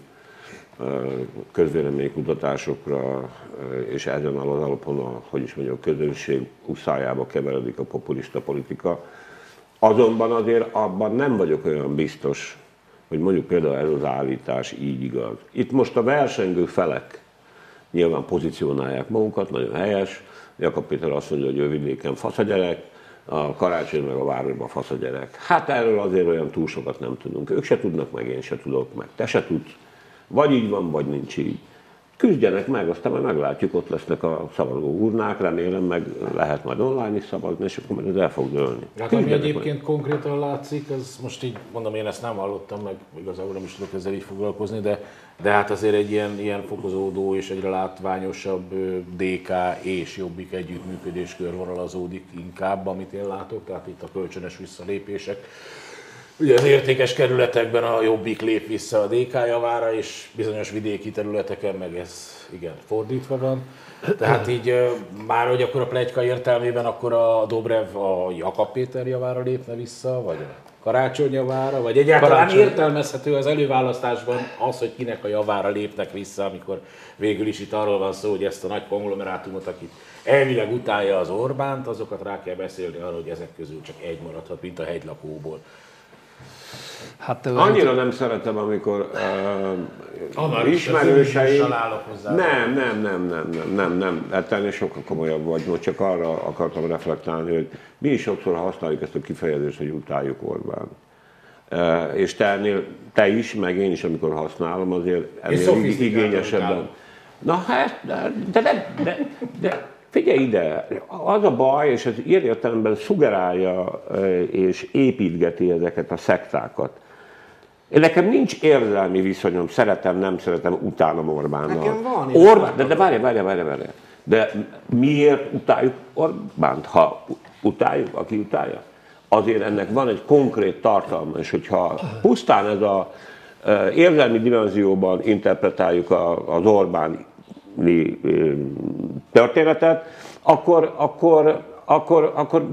közvéleménykutatásokra és ezen az alapon a, hogy is mondjam, a közönség uszájába keveredik a populista politika. Azonban azért abban nem vagyok olyan biztos, hogy mondjuk például ez az állítás így igaz. Itt most a versengő felek nyilván pozícionálják magukat, nagyon helyes. Jakab Péter azt mondja, hogy ő vidéken fasz a gyerek, a Karácsony meg a városban fasz a gyerek. Hát erről azért olyan túl sokat nem tudunk. Ők se tudnak, meg én se tudok, meg te se tudsz. Vagy így van, vagy nincs így. Küzdjenek meg, aztán majd meglátjuk, ott lesznek a szavazó urnák, remélem, meg lehet majd online is szavazni, és akkor majd ez el fog dőlni. Hát ami egyébként meg konkrétan látszik, az most így mondom, én ezt nem hallottam, meg igazából nem is tudok ezzel így foglalkozni, de, de hát azért egy ilyen, ilyen fokozódó és egyre látványosabb dé ká és Jobbik együttműködés körvonalazódik inkább, amit én látok, tehát itt a kölcsönös visszalépések. Ugye az értékes kerületekben a Jobbik lép vissza a dé ká javára, és bizonyos vidéki területeken meg ez igen fordítva van. Tehát így már, hogy akkor a pletyka értelmében akkor a Dobrev a Jakab Péter javára lépne vissza, vagy a Karácsony javára, vagy egyáltalán Karácsony. Értelmezhető az előválasztásban az, hogy kinek a javára lépnek vissza, amikor végül is itt arról van szó, hogy ezt a nagy konglomerátumot, akit elvileg utálja az Orbánt, azokat rá kell beszélni arra, hogy ezek közül csak egy maradhat, mint a hegylakóból. Hát, annyira nem szeretem, amikor uh, ismerőseim... Nem, nem, nem, nem, nem, nem, nem, hát ennél sokkal komolyabb vagy, most csak arra akartam reflektálni, hogy mi is sokszor használjuk ezt a kifejezést, hogy utáljuk Orbán. Uh, és te, ennél, te is, meg én is, amikor használom, azért ennél igényesebben. Na hát, de, de, de, de, de figyelj ide, az a baj, és ez ilyen értelemben szugerálja és építgeti ezeket a szektákat. Én nekem nincs érzelmi viszonyom, szeretem, nem szeretem, utálom Orbánnal. Nekem van. Orb... De, de várj, várj, várj, várj. De miért utáljuk Orbánt, ha utáljuk, aki utálja? Azért ennek van egy konkrét tartalma, és hogyha pusztán ez az érzelmi dimenzióban interpretáljuk az Orbán történetet, akkor, akkor, akkor, akkor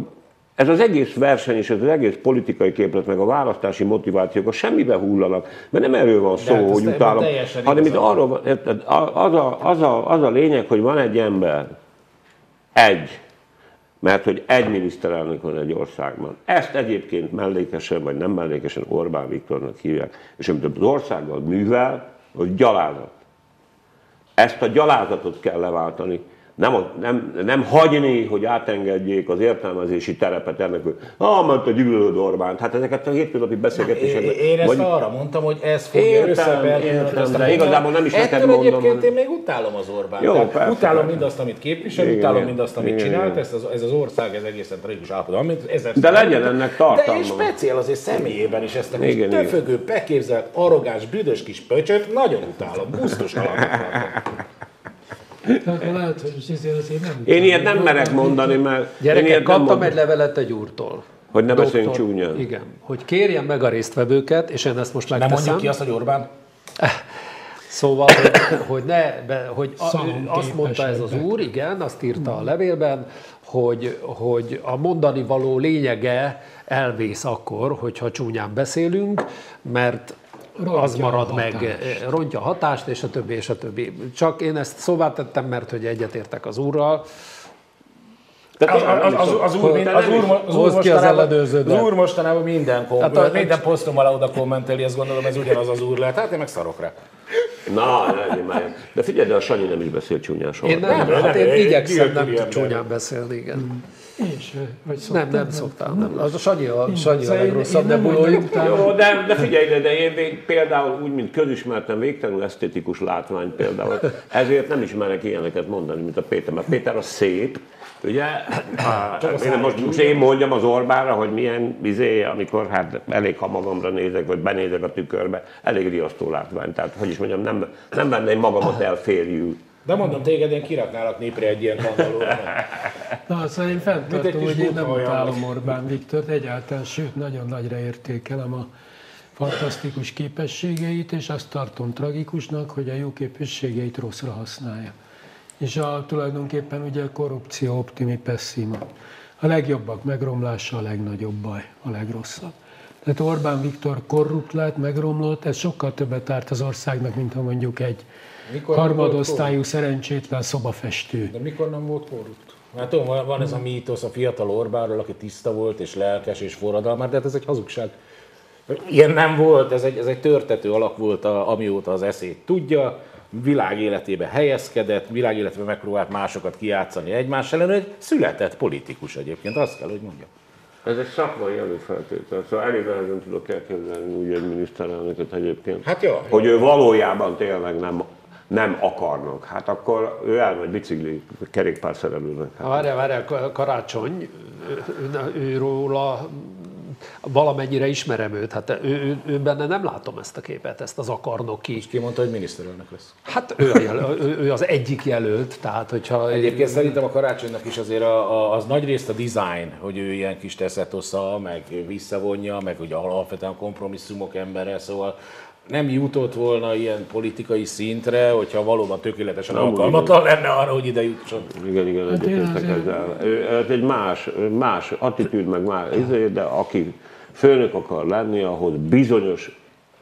ez az egész verseny és ez az egész politikai képlet, meg a választási motivációk a semmibe hullanak, mert nem erről van szó, hát hogy utálom, hanem itt arról van, az a, az, a, az a lényeg, hogy van egy ember, egy, mert hogy egy miniszterelnök van egy országban. Ezt egyébként mellékesen, vagy nem mellékesen Orbán Viktornak hívják, és amit az országgal művel, hogy gyalázat. Ezt a gyalázatot kell leváltani. Nem, nem, nem hagyni, hogy átengedjék az értelmezési terepet ennek, hogy ah, ment a gyűlölőd Orbánt. Hát ezeket a hétköznapi beszélgetésekben... Én, én ezt vagy... arra mondtam, hogy ez fogja összeperni. De igazából nem is neked mondom. Ettől egyébként én még utálom az Orbánt. Jó, persze, utálom persze. mindazt, amit képvisel, igen, utálom mindazt, amit igen, csinált. Ez az, ez az ország, ez egészen tragikus állapotban. De legyen ennek tartalma. De én speciál azért személyében is ezt a kis töfögő, beképzelt, arrogáns, büdös kis pöcsöt nagyon utálom. Busztos alapot. Lehet, hogy azért nem én ilyet nem merek mondani, mert... Gyerekek, kaptam egy levelet egy úrtól. Hogy ne beszéljünk csúnyán. Igen. Hogy kérjem meg a résztvevőket, és én ezt most megteszem. Nem mondjuk ki azt, hogy Orbán? Szóval, hogy, hogy, ne, be, hogy a, azt mondta ez az úr, igen, azt írta a levélben, hogy, hogy a mondani való lényege elvész akkor, hogyha csúnyán beszélünk, mert rontja az marad meg, rontja a hatást, és a többi, és a többi. Csak én ezt szóvá tettem, mert hogy egyetértek az úrral. Az úr mostanában minden, kom- hát a, minden posztom alá oda kommenteli, ezt gondolom, ez ugyanaz az úr lehet, hát én meg szarok rá. Na, nem, de figyelj, de a Sanyi nem is beszél csúnyán soha. Én nem, nem, hát én igyekszem nem csúnyán beszélni, igen. Én sem. Nem, nem szoktál. Nem. Az a Sanyi a, Sanyi a legrosszabb nebulójuk. Jó, de, de figyelj, de, de én, én például úgy, mint közismertem, végtelenül esztétikus látvány például, ezért nem ismerek ilyeneket mondani, mint a Péter, mert Péter a szép, ugye? Én most, most én mondjam az Orbánra, hogy milyen izé, amikor hát elég ha magamra nézek, vagy benézek a tükörbe, elég riasztó látvány. Tehát, hogy is mondjam, nem, nem venném magamat elférjül. De mondom, téged én kiraknálak népre egy ilyen kandallóra. Na, szóval én fenntartom, hogy én nem utálom Orbán Viktort egyáltalán, sőt, nagyon nagyra értékelem a fantasztikus képességeit, és azt tartom tragikusnak, hogy a jó képességeit rosszra használja. És a, tulajdonképpen ugye korrupció optimi pessima. A legjobbak megromlása a legnagyobb baj, a legrosszabb. Tehát Orbán Viktor korrupt lett, megromlott, ez sokkal többet árt az országnak, mint ha mondjuk egy mikor harmadosztályú szerencsétlen szobafestő. De mikor nem volt korrupt? Hát tudom, van ez a mítosz a fiatal Orbánról, aki tiszta volt és lelkes és forradalmár, de hát ez egy hazugság. Ilyen nem volt, ez egy, ez egy törtető alak volt, a, amióta az eszét tudja, világ életébe helyezkedett, világ életében megpróbált másokat kijátszani egymás ellen, egy született politikus egyébként, azt kell, hogy mondjam. Ez egy szakmai előfeltétel, szóval elég nehezen tudok elképzelni úgy egy miniszterelnököt egyébként, hát jó, hogy ő valójában tényleg nem, nem akarnak. Hát akkor ő elmegy bicikli kerékpárszerelőnek. Hát. Várjál, várjál, Karácsony, ő, ő róla valamennyire ismerem őt, hát ő, ő, ő benne nem látom ezt a képet, ezt az akarnoki. És ki mondta, hogy miniszterelnök lesz? Hát ő, a jelölt, ő, ő az egyik jelölt, tehát hogyha... Egyébként én... szerintem a Karácsonynak is azért a, a, az nagyrészt a design, hogy ő ilyen kis teszetosza, meg visszavonja, meg hogy alapvetően kompromisszumok embere, szóval nem jutott volna ilyen politikai szintre, hogyha valóban tökéletesen alkalmatlan lenne arra, hogy ide jutson. Igen, igen, egyetértek ezzel. Ez egy más, más attitűd, meg más, de aki főnök akar lenni, ahhoz bizonyos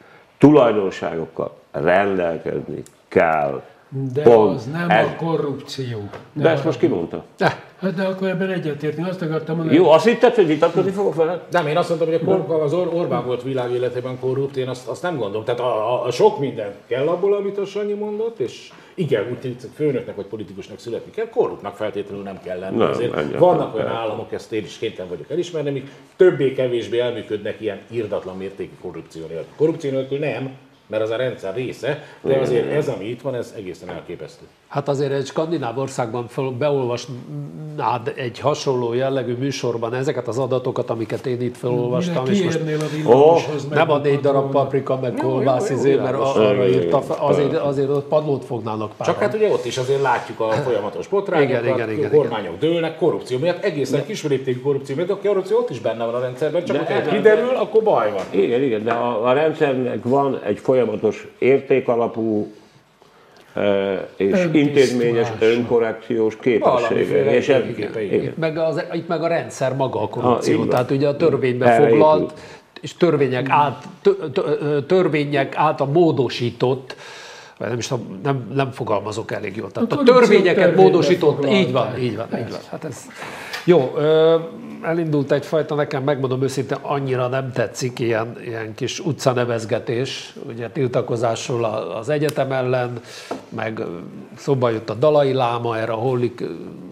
tulajdonságokkal rendelkezni kell. De pont az nem ez. A korrupció. De, de ezt most ki mondta? Hát de akkor ebben egyetérteni, azt akartam mondani. Jó, azt hitted, hogy vitatkozni fogok vele? Nem, én azt mondtam, hogy az Or- Orbán volt világ életében korrupt, én azt, azt nem gondolom. Tehát a, a, a sok minden kell abból, amit a Sanyi mondott, és igen, úgy tűnik, hogy főnöknek vagy politikusnak születni kell, korruptnak feltétlenül nem kell lenni. Nem, azért vannak olyan államok, ezt én is kénytelen vagyok elismerni, amik többé-kevésbé elműködnek ilyen irdatlan mértékű korrupció nélkül. Korrupció nélkül nem, mert az a rendszer része, de azért ez, ami itt van, ez egészen elképesztő. Hát azért egy skandináv országban beolvasnád egy hasonló jellegű műsorban ezeket az adatokat, amiket én itt felolvastam, és most oh, nem a négy darab paprika, meg kolbász, izé, mert arra írta, azért, azért ott padlót fognának páran. Csak hát ugye ott is azért látjuk a folyamatos botrányokat, a kormányok dőlnek, korrupció miatt, egészen kismértékű korrupció miatt, a korrupció ott is benne van a rendszerben, csak ha kiderül, akkor baj van. Igen, igen, de a, a rendszernek van egy folyamatos értékalapú és Öntisztulás. intézményes önkorrekciós képessége. És ez, Itt meg, az, itt meg a rendszer maga a korrupció. Ha, Tehát ugye a törvénybe Erre foglalt, épült. és törvények, át, törvények által módosított, vagy nem is tudom, nem, nem fogalmazok elég jól. Tehát a, a törvényeket módosított, így van, így van, így van. Hát ez, jó, elindult egyfajta, nekem megmondom őszintén, annyira nem tetszik ilyen, ilyen kis utcanevezgetés, ugye tiltakozásról az egyetem ellen, meg szóba jött a Dalai Láma, erre a Hollik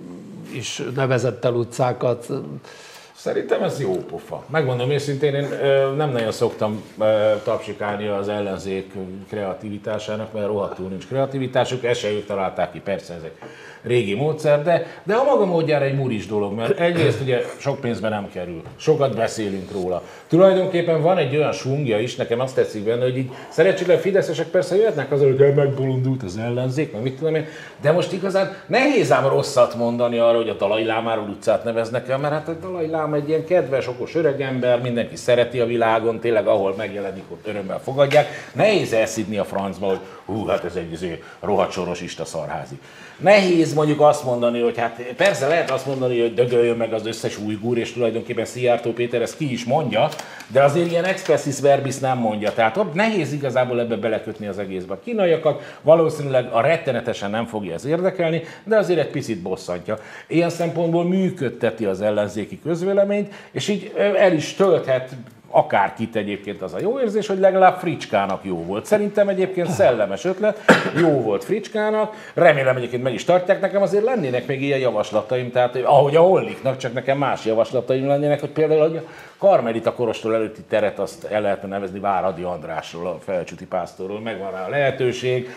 is nevezett el utcákat. Szerintem ez jó pofa. Megmondom őszintén, én nem nagyon szoktam tapsikálni az ellenzék kreativitásának, mert rohadtul nincs kreativitásuk, ezt se ők találták ki, persze ezek régi módszer, de, de a maga módjára egy muris dolog, mert egyrészt ugye sok pénzbe nem kerül, sokat beszélünk róla. Tulajdonképpen van egy olyan svungja is, nekem azt tetszik benne, hogy így szerencsétlen fideszesek persze jöhetnek azzal, hogy megbolondult az ellenzék, meg mit tudom én, de most igazán nehéz ám rosszat mondani arra, hogy a Dalai Lámáról utcát neveznek el, mert hát a Dalai Láma egy ilyen kedves, okos öregember, mindenki szereti a világon, tényleg ahol megjelenik, ott örömmel fogadják. Nehéz elszidni a francba, hogy hú, hát ez egy rohadt sorosista szarházi. Nehéz mondjuk azt mondani, hogy hát persze lehet azt mondani, hogy dögöljön meg az összes ujgur, és tulajdonképpen Szijjártó Péter ezt ki is mondja, de azért ilyen expressis verbis nem mondja. Tehát ott nehéz igazából ebbe belekötni az egészbe. A kínaiakat valószínűleg a rettenetesen nem fogja ez érdekelni, de azért egy picit bosszantja. Ilyen szempontból működteti az ellenzéki közvéleményt, és így el is tölthet akárkit egyébként az a jó érzés, hogy legalább Fricskának jó volt. Szerintem egyébként szellemes ötlet, jó volt Fricskának, remélem egyébként meg is tartják, nekem azért lennének még ilyen javaslataim, tehát ahogy a Holliknak, csak nekem más javaslataim lennének, hogy például hogy a Karmelita Kolostor előtti teret azt el lehetne nevezni Váradi Andrásról, a Felcsúti pásztorról, megvan rá a lehetőség,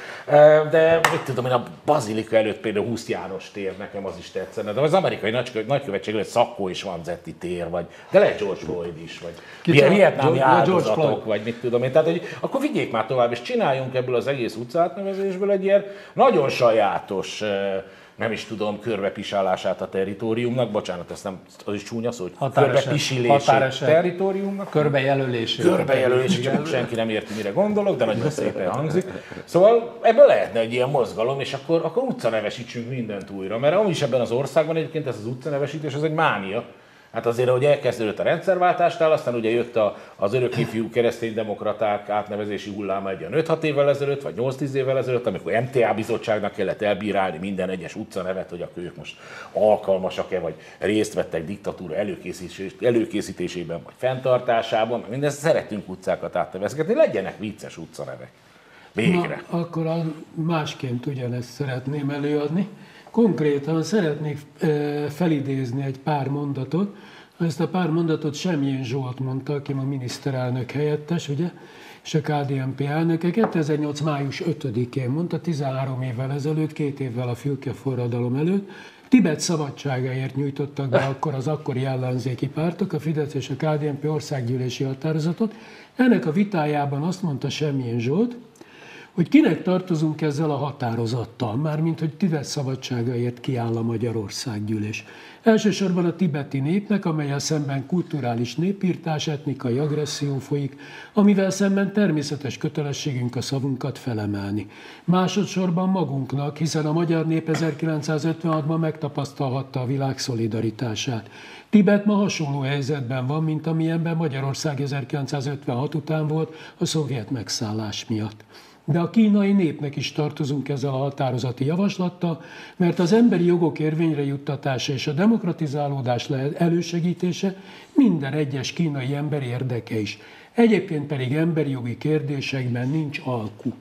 de mit tudom én, a Bazilika előtt például Husz János tér, nekem az is tetszene, de az amerikai nagykövetség előtt Szakkó és Vanzetti tér, vagy, de lehet George Floyd is, vagy ilyen vietnámi áldozatok, vagy mit tudom én. Tehát, hogy akkor vigyék már tovább, és csináljunk ebből az egész utcátnevezésből egy ilyen nagyon sajátos, nem is tudom, körbepisálását a territóriumnak, bocsánat, ezt nem, az is csúnya szó, hogy körbepisilését territóriumnak. Körbejelölését. Körbejelölését, csak senki nem érti, mire gondolok, de nagyon szépen hangzik. Szóval ebből lehetne egy ilyen mozgalom, és akkor, akkor utcanevesítsünk mindent újra, mert amúgy is ebben az országban egyébként ez az utcanevesítés, ez egy mánia. Hát azért, ahogy elkezdődött a rendszerváltásnál, aztán ugye jött a, az örök ifjú kereszténydemokraták átnevezési hulláma egy olyan öt-hat évvel ezelőtt, vagy nyolc-tíz évvel ezelőtt, amikor em té á bizottságnak kellett elbírálni minden egyes utcanevet, hogy akkor ők most alkalmasak-e, vagy részt vettek diktatúra előkészítésében, vagy fenntartásában. Mindezt szeretünk utcákat átnevezgetni, legyenek vicces utcanevek. Végre. Na, akkor a másként ugyanezt szeretném előadni. Konkrétan szeretnék felidézni egy pár mondatot. Ezt a pár mondatot Semjén Zsolt mondta, aki a miniszterelnök helyettes, ugye, és a ká dé en pé elnöke. kétezer-nyolc. május ötödikén mondta, tizenhárom évvel ezelőtt, két évvel a fülke forradalom előtt. Tibet szabadságáért nyújtottak be akkor az akkori ellenzéki pártok, a Fidesz és a ká dé en pé országgyűlési határozatot. Ennek a vitájában azt mondta Semjén Zsolt, hogy kinek tartozunk ezzel a határozattal, mármint hogy Tibet szabadságáért kiáll a Magyarországgyűlés. Elsősorban a tibeti népnek, amellyel szemben kulturális népírtás, etnikai agresszió folyik, amivel szemben természetes kötelességünk a szavunkat felemelni. Másodszorban magunknak, hiszen a magyar nép ezerkilencszázötvenhatban megtapasztalhatta a világ szolidaritását. Tibet ma hasonló helyzetben van, mint amilyenben Magyarország ezerkilencszázötvenhat után volt a szovjet megszállás miatt. De a kínai népnek is tartozunk ezzel a határozati javaslattal, mert az emberi jogok érvényre juttatása és a demokratizálódás elősegítése minden egyes kínai ember érdeke is. Egyébként pedig emberi jogi kérdésekben nincs alku.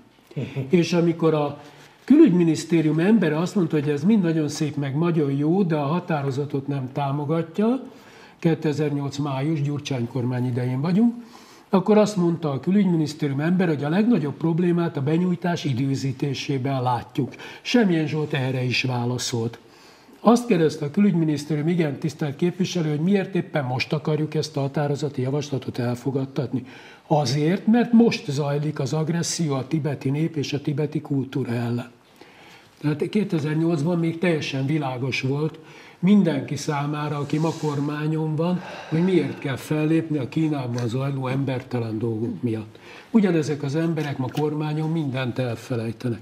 És amikor a külügyminisztérium embere azt mondta, hogy ez mind nagyon szép, meg nagyon jó, de a határozatot nem támogatja, kétezer-nyolc. május, Gyurcsány kormány idején vagyunk, akkor azt mondta a külügyminisztérium ember, hogy a legnagyobb problémát a benyújtás időzítésében látjuk. Semjén Zsolt erre is válaszolt. Azt kérdezte a külügyminisztérium, igen, tisztelt képviselő, hogy miért éppen most akarjuk ezt a határozati javaslatot elfogadtatni. Azért, mert most zajlik az agresszió a tibeti nép és a tibeti kultúra ellen. Tehát kétezer-nyolcban még teljesen világos volt mindenki számára, aki ma kormányon van, hogy miért kell fellépni a Kínában zajló embertelen dolgok miatt. Ugyanezek az emberek ma kormányon mindent elfelejtenek.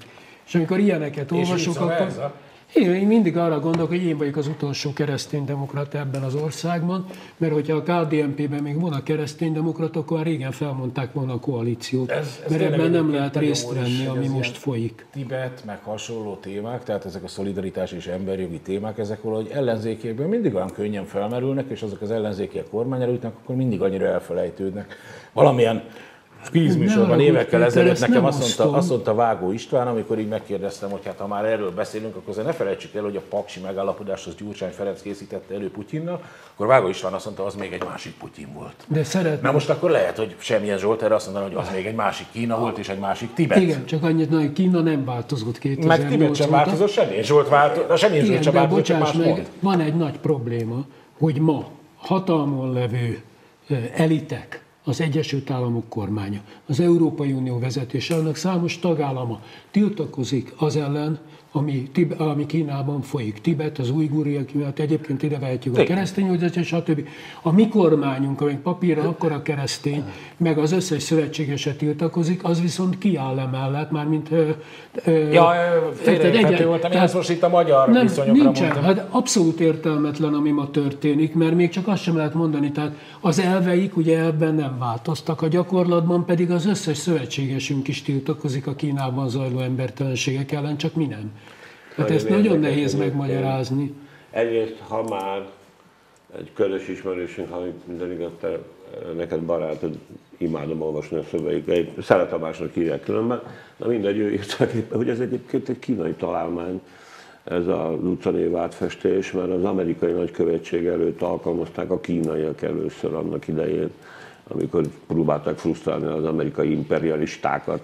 És amikor ilyeneket olvasok, akkor én mindig arra gondolok, hogy én vagyok az utolsó kereszténydemokrata ebben az országban, mert hogyha a ká dé en pé-ben még volna kereszténydemokrata, akkor már régen felmondták volna a koalíciót. Ez, ez mert ebben nem lehet részt venni, ami most folyik. Tibet, meg hasonló témák, tehát ezek a szolidaritás és emberjogi témák, ezek valahogy ellenzékiekből mindig olyan könnyen felmerülnek, és azok az ellenzékiek kormányerőtnek, akkor mindig annyira elfelejtődnek. Valamilyen kvízműsorban évekkel ezelőtt nekem azt mondta, azt mondta Vágó István, amikor így megkérdeztem, hogy hát ha már erről beszélünk, akkor ne felejtsük el, hogy a paksi megállapodást az Gyurcsány Ferenc készítette elő Putyinnal, akkor Vágó István azt mondta, az még egy másik Putyin volt. De szeretném. Na most akkor lehet, hogy semmilyen Zsolt erre azt mondaná, hogy az még egy másik Kína volt, és egy másik Tibet. Igen, csak annyit, hogy Kína nem változott kétezer-nyolc meg Tibet sem változott, semmilyen Zsolt változott, semmilyen Zsolt sem változott, csak más meg, mond. Van egy nagy probléma, hogy ma hatalmon levő elitek, az Egyesült Államok kormánya, az Európai Unió vezetése, annak számos tagállama tiltakozik az ellen, ami, ami Kínában folyik. Tibet, az ujguriak, mert egyébként ide vehetjük a keresztényüldözést, stb. A mi kormányunk, amely papírra akkor a keresztény, meg az összes szövetségese tiltakozik, az viszont kiáll emellett, mármint... Ja, félreérthető voltam, én ezt most itt a magyar nem, viszonyokra nincsen, mondtam. Hát abszolút értelmetlen, ami ma történik, mert még csak azt sem lehet mondani, tehát az elveik ugye ebben nem változtak, a gyakorlatban pedig az összes szövetségesünk is tiltakozik a Kínában zajló embertelenségek ellen, csak mi nem. Hát ezt nagyon nehéz megmagyarázni. Egyrészt, ha már egy közös ismerősünk, ha minden igaz, te, neked barátod, imádom olvasni a szövegeit, Szele Tamásnak hívják különben, na mindegy, ő írta, hogy ez egyébként egy kínai találmány, ez a utcanév átfestés, mert az amerikai nagykövetség előtt alkalmazták a kínaiak először annak idején, amikor próbálták frusztrálni az amerikai imperialistákat.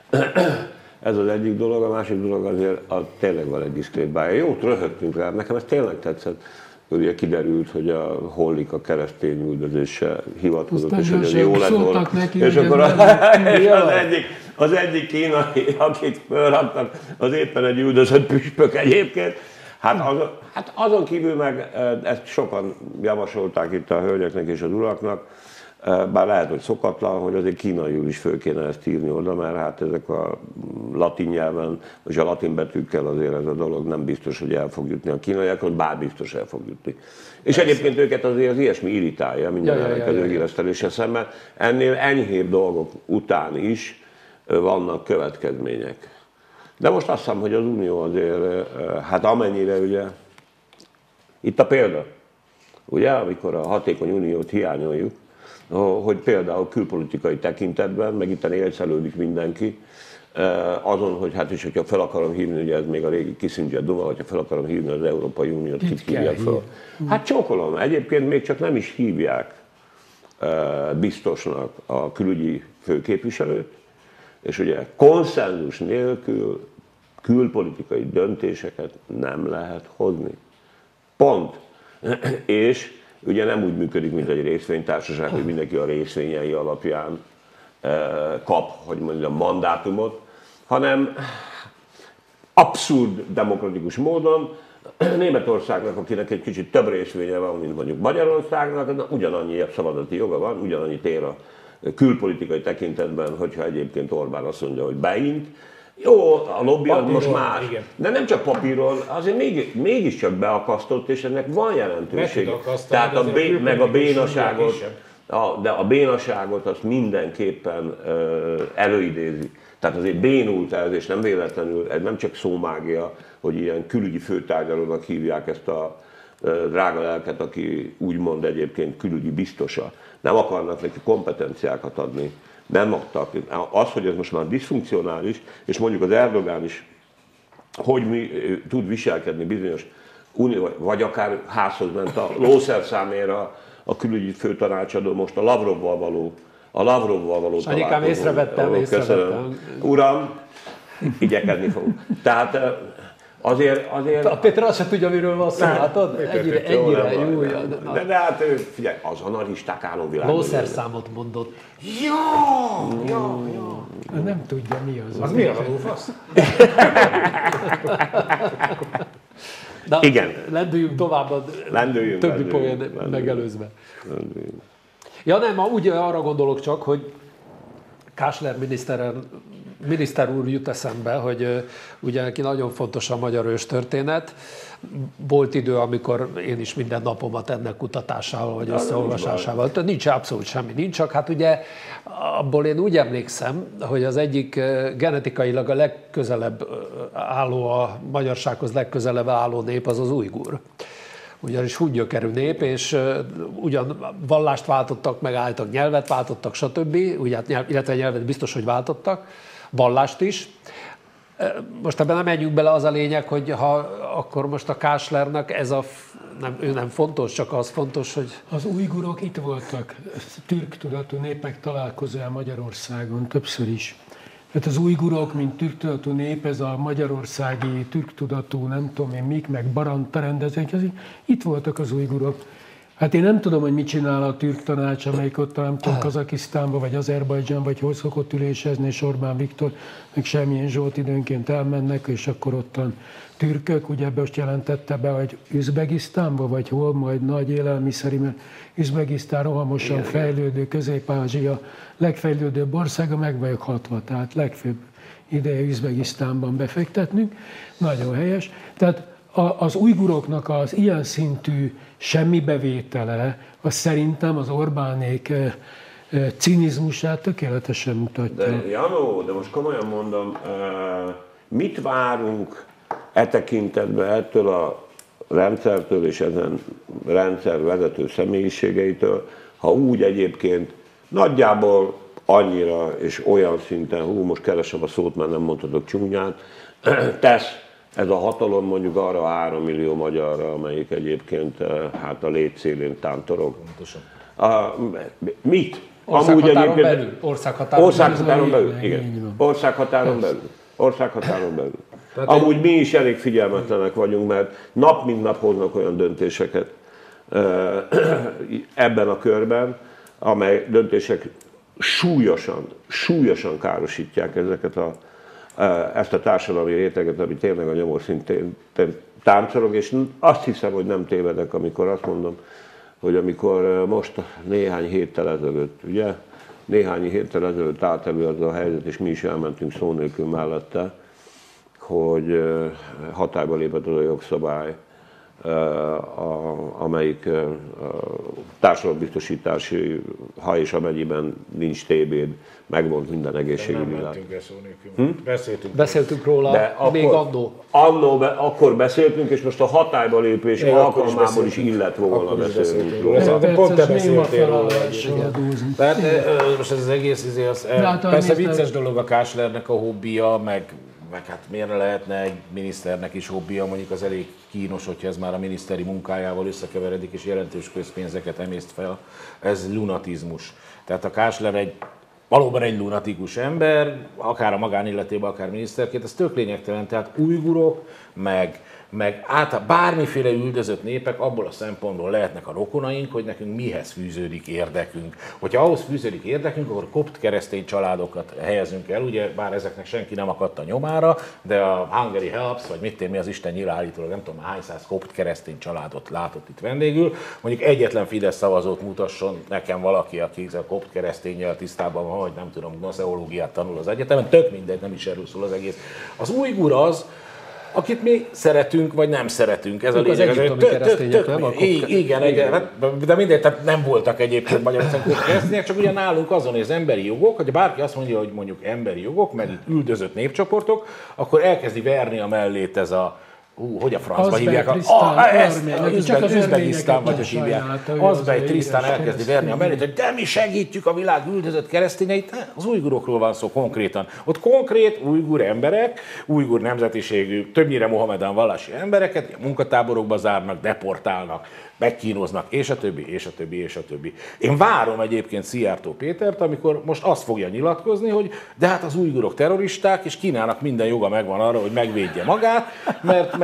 Ez az egyik dolog, a másik dolog azért a, tényleg van egy diszkrétbája. Jót röhögtünk rá, nekem ez tényleg tetszett. Ugye kiderült, hogy a Hollik a keresztény üldözéssel hivatkozott, és hogy az jó lett volna. Neki, és akkor az, és az, egyik, az egyik kínai, akit fölraktak, az éppen egy üldözött püspök egyébként. Hát, az, hát azon kívül meg ezt sokan javasolták itt a hölgyeknek és az uraknak, bár lehet, hogy szokatlan, hogy azért kínaiul is föl kéne ezt írni oda, mert hát ezek a latin nyelven, és a latin betűkkel azért ez a dolog nem biztos, hogy el fog jutni a kínaiakon, bár biztos el fog jutni. És persze. Egyébként őket azért az ilyesmi irritálja minden ellenkező híreszteléssel szemben. Ennél enyhébb dolgok után is vannak következmények. De most azt hiszem, hogy az Unió azért, hát amennyire ugye, itt a példa, ugye, amikor a hatékony uniót hiányoljuk, hogy például külpolitikai tekintetben, meg itt élcelődik mindenki, azon, hogy hát is, hogyha fel akarom hívni, ugye ez még a régi Kissinger duma, hogyha fel akarom hívni az Európai Uniót, kit hívják fel. Hát csókolom, egyébként még csak nem is hívják biztosnak a külügyi főképviselőt, és ugye konszenzus nélkül külpolitikai döntéseket nem lehet hozni. Pont. És ugye nem úgy működik, mint egy részvénytársaság, hogy mindenki a részvényei alapján kap, hogy mondjam, mandátumot, hanem abszurd demokratikus módon Németországnak, akinek egy kicsit több részvénye van, mint mondjuk Magyarországnak, ugyanannyi szavazati joga van, ugyanannyi tér a külpolitikai tekintetben, hogyha egyébként Orbán azt mondja, hogy beint. Jó, a lobby az most más, igen. De nem csak papíron, azért még, mégiscsak beakasztott, és ennek van jelentősége. Tehát a bé, meg a bénaságot, a, de a bénaságot azt mindenképpen uh, előidézi. Tehát azért bénult ez, és nem véletlenül, ez nem csak szómágia, hogy ilyen külügyi főtárgyalónak hívják ezt a uh, drága lelket, aki úgymond egyébként külügyi biztosa. Nem akarnak neki kompetenciákat adni. Nem adtak. Az, hogy ez most már diszfunkcionális, és mondjuk az Erdogán is, hogy mi, tud viselkedni bizonyos unió, vagy akár házhoz ment a lószerszámére a külügyi főtanácsadó, most a Lavrovval való, a Lavrovval való találkozó. Anyikám, észrevettem, észrevettem. Uram, igyekedni fogunk. Tehát azért... azért... A Péter azt sem tudja, miről van szó, látod? Ennyire, ennyire jó. De, de hát figyelj, az analisták álomvilágban. Lószerszámot mondott. Jó, jó, jó. Nem tudja, mi az. Az mi a lófasz? Na, igen. Lendüljünk tovább a lendüljünk, többi lendüljünk, poén megelőzve. Lendüljünk. Ja nem, úgy arra gondolok csak, hogy Kásler miniszter, miniszter úr jut eszembe, hogy ugye neki nagyon fontos a magyar őstörténet. Volt idő, amikor én is minden napomat ennek kutatásával vagy összeolvasásával. Tehát nincs abszolút semmi, nincs, csak hát ugye abból én úgy emlékszem, hogy az egyik genetikailag a legközelebb álló, a magyarsághoz legközelebb álló nép az az ujgur. Ugyanis húgygyökerű nép, és ugyan vallást váltottak, meg álltak, nyelvet váltottak, stb. Ugye, illetve nyelvet biztos, hogy váltottak, vallást is. Most ebben nem menjünk bele, az a lényeg, hogy ha akkor most a Káslernek ez a, nem, ő nem fontos, csak az fontos, hogy... Az ujgurok itt voltak, türk tudatú népek találkozója Magyarországon többször is. Tehát az ujgurok, mint türktudatú nép, ez a magyarországi türktudatú, nem tudom én mik, meg barant berendezők, itt voltak az ujgurok. Hát én nem tudom, hogy mit csinál a türk tanács, amelyik ott, nem tudom, Kazakisztánba, vagy Azerbajdzsán, vagy hol szokott ülésezni, és Orbán Viktor, meg Semmilyen Zsolt időnként elmennek, és akkor ottan türkök, ugye most jelentette be, hogy Üzbegisztánba, vagy hol, majd nagy élelmiszeri, mert Üzbegisztán rohamosan igen, fejlődő, Közép-Ázsia legfejlődőbb országa, meg vagyok hatva, tehát legfőbb ideje Üzbegisztánban befektetnünk, nagyon helyes. Tehát az ujguroknak az ilyen szintű semmi bevétele, az szerintem az Orbánék cinizmusát tökéletesen mutatja. De Janó, de most komolyan mondom, mit várunk e tekintetben ettől a rendszertől és ezen rendszer vezető személyiségeitől, ha úgy egyébként nagyjából annyira és olyan szinten, hú, most keresem a szót, mert nem mondhatok csúnyát, tesz ez a hatalom mondjuk arra a három millió magyarra, amelyik egyébként hát a létszélén tántorog. A, mit? Országhatáron belül. Országhatáron, országhatáron belül. belül. Igen. Országhatáron belül. Országhatáron belül. Amúgy mi is elég figyelmetlenek vagyunk, mert nap mint nap hoznak olyan döntéseket ebben a körben, amely döntések súlyosan, súlyosan károsítják ezeket a ezt a társadalmi réteget, ami tényleg a nyomorszintén táncolog, és azt hiszem, hogy nem tévedek, amikor azt mondom, hogy amikor most néhány héttel ezelőtt, ugye, néhány héttel ezelőtt állt elő az a helyzet, és mi is elmentünk szó nélkül mellette, hogy hatályba lépett az a jogszabály, amelyik társadalombiztosítási, ha és amennyiben nincs té béd, megmond minden egészségügyi világ. Hm? Beszéltünk. Beszéltünk róla, de még annó. Annó, akkor beszéltünk, és most a hatályba lépés é, alkalmából is, is illet volna beszélni róla. Pont te beszéltél róla. Tehát most ez az egész, azért az, persze vicces dolog a Káslernek a hobbija, meg meg hát miért lehetne egy miniszternek is hobbija, mondjuk az elég kínos, hogyha ez már a miniszteri munkájával összekeveredik és jelentős közpénzeket emészt fel. Ez lunatizmus. Tehát a Kásler egy valóban egy lunatikus ember, akár a magánéletében, akár miniszterként, ez tök lényegtelen. Tehát ujgurok, meg, meg általában bármiféle üldözött népek abból a szempontból lehetnek a rokonaink, hogy nekünk mihez fűződik érdekünk. Hogyha ahhoz fűződik érdekünk, akkor kopt keresztény családokat helyezünk el, ugye bár ezeknek senki nem akadt a nyomára, de a Hungary Helps, vagy mit tény, mi az Isten nyíl állítólag nem tudom hány száz kopt keresztény családot látott itt vendégül. Mondjuk egyetlen Fidesz szavazót mutasson nekem valaki, aki a kopt kereszténnyel tisztában van, hogy nem tudom, gnoseológiát tanul az egyetemen, tök mindegy, nem is erről szól az egész. Az ujgur az, akit mi szeretünk, vagy nem szeretünk. Ez a lényeg. Az egyiptomi keresztények, nem? Igen, igen, de mindegy, tehát nem voltak egyébként Magyarországon keresztények, csak ugye nálunk azon, hogy az emberi jogok, hogy bárki azt mondja, hogy mondjuk emberi jogok, meg itt üldözött népcsoportok, akkor elkezdi verni a mellét ez a Hú, hogy a francba hívják? Az Üzbegisztán vagy, hogy hívják. Azbej Trisztán elkezdi verni a mellét, hogy de mi segítjük a világ üldözött keresztényeit. Az ujgurokról van szó konkrétan. Ott konkrét ujgur emberek, ujgur nemzetiségű, többnyire mohamedán vallási embereket munkatáborokba zárnak, deportálnak, megkínoznak, és a többi, és a többi, és a többi. Én várom egyébként Szijjártó Pétert, amikor most azt fogja nyilatkozni, hogy de hát az ujgurok terroristák, és Kínának minden joga megvan arra, hogy megvédje magát, mert, mert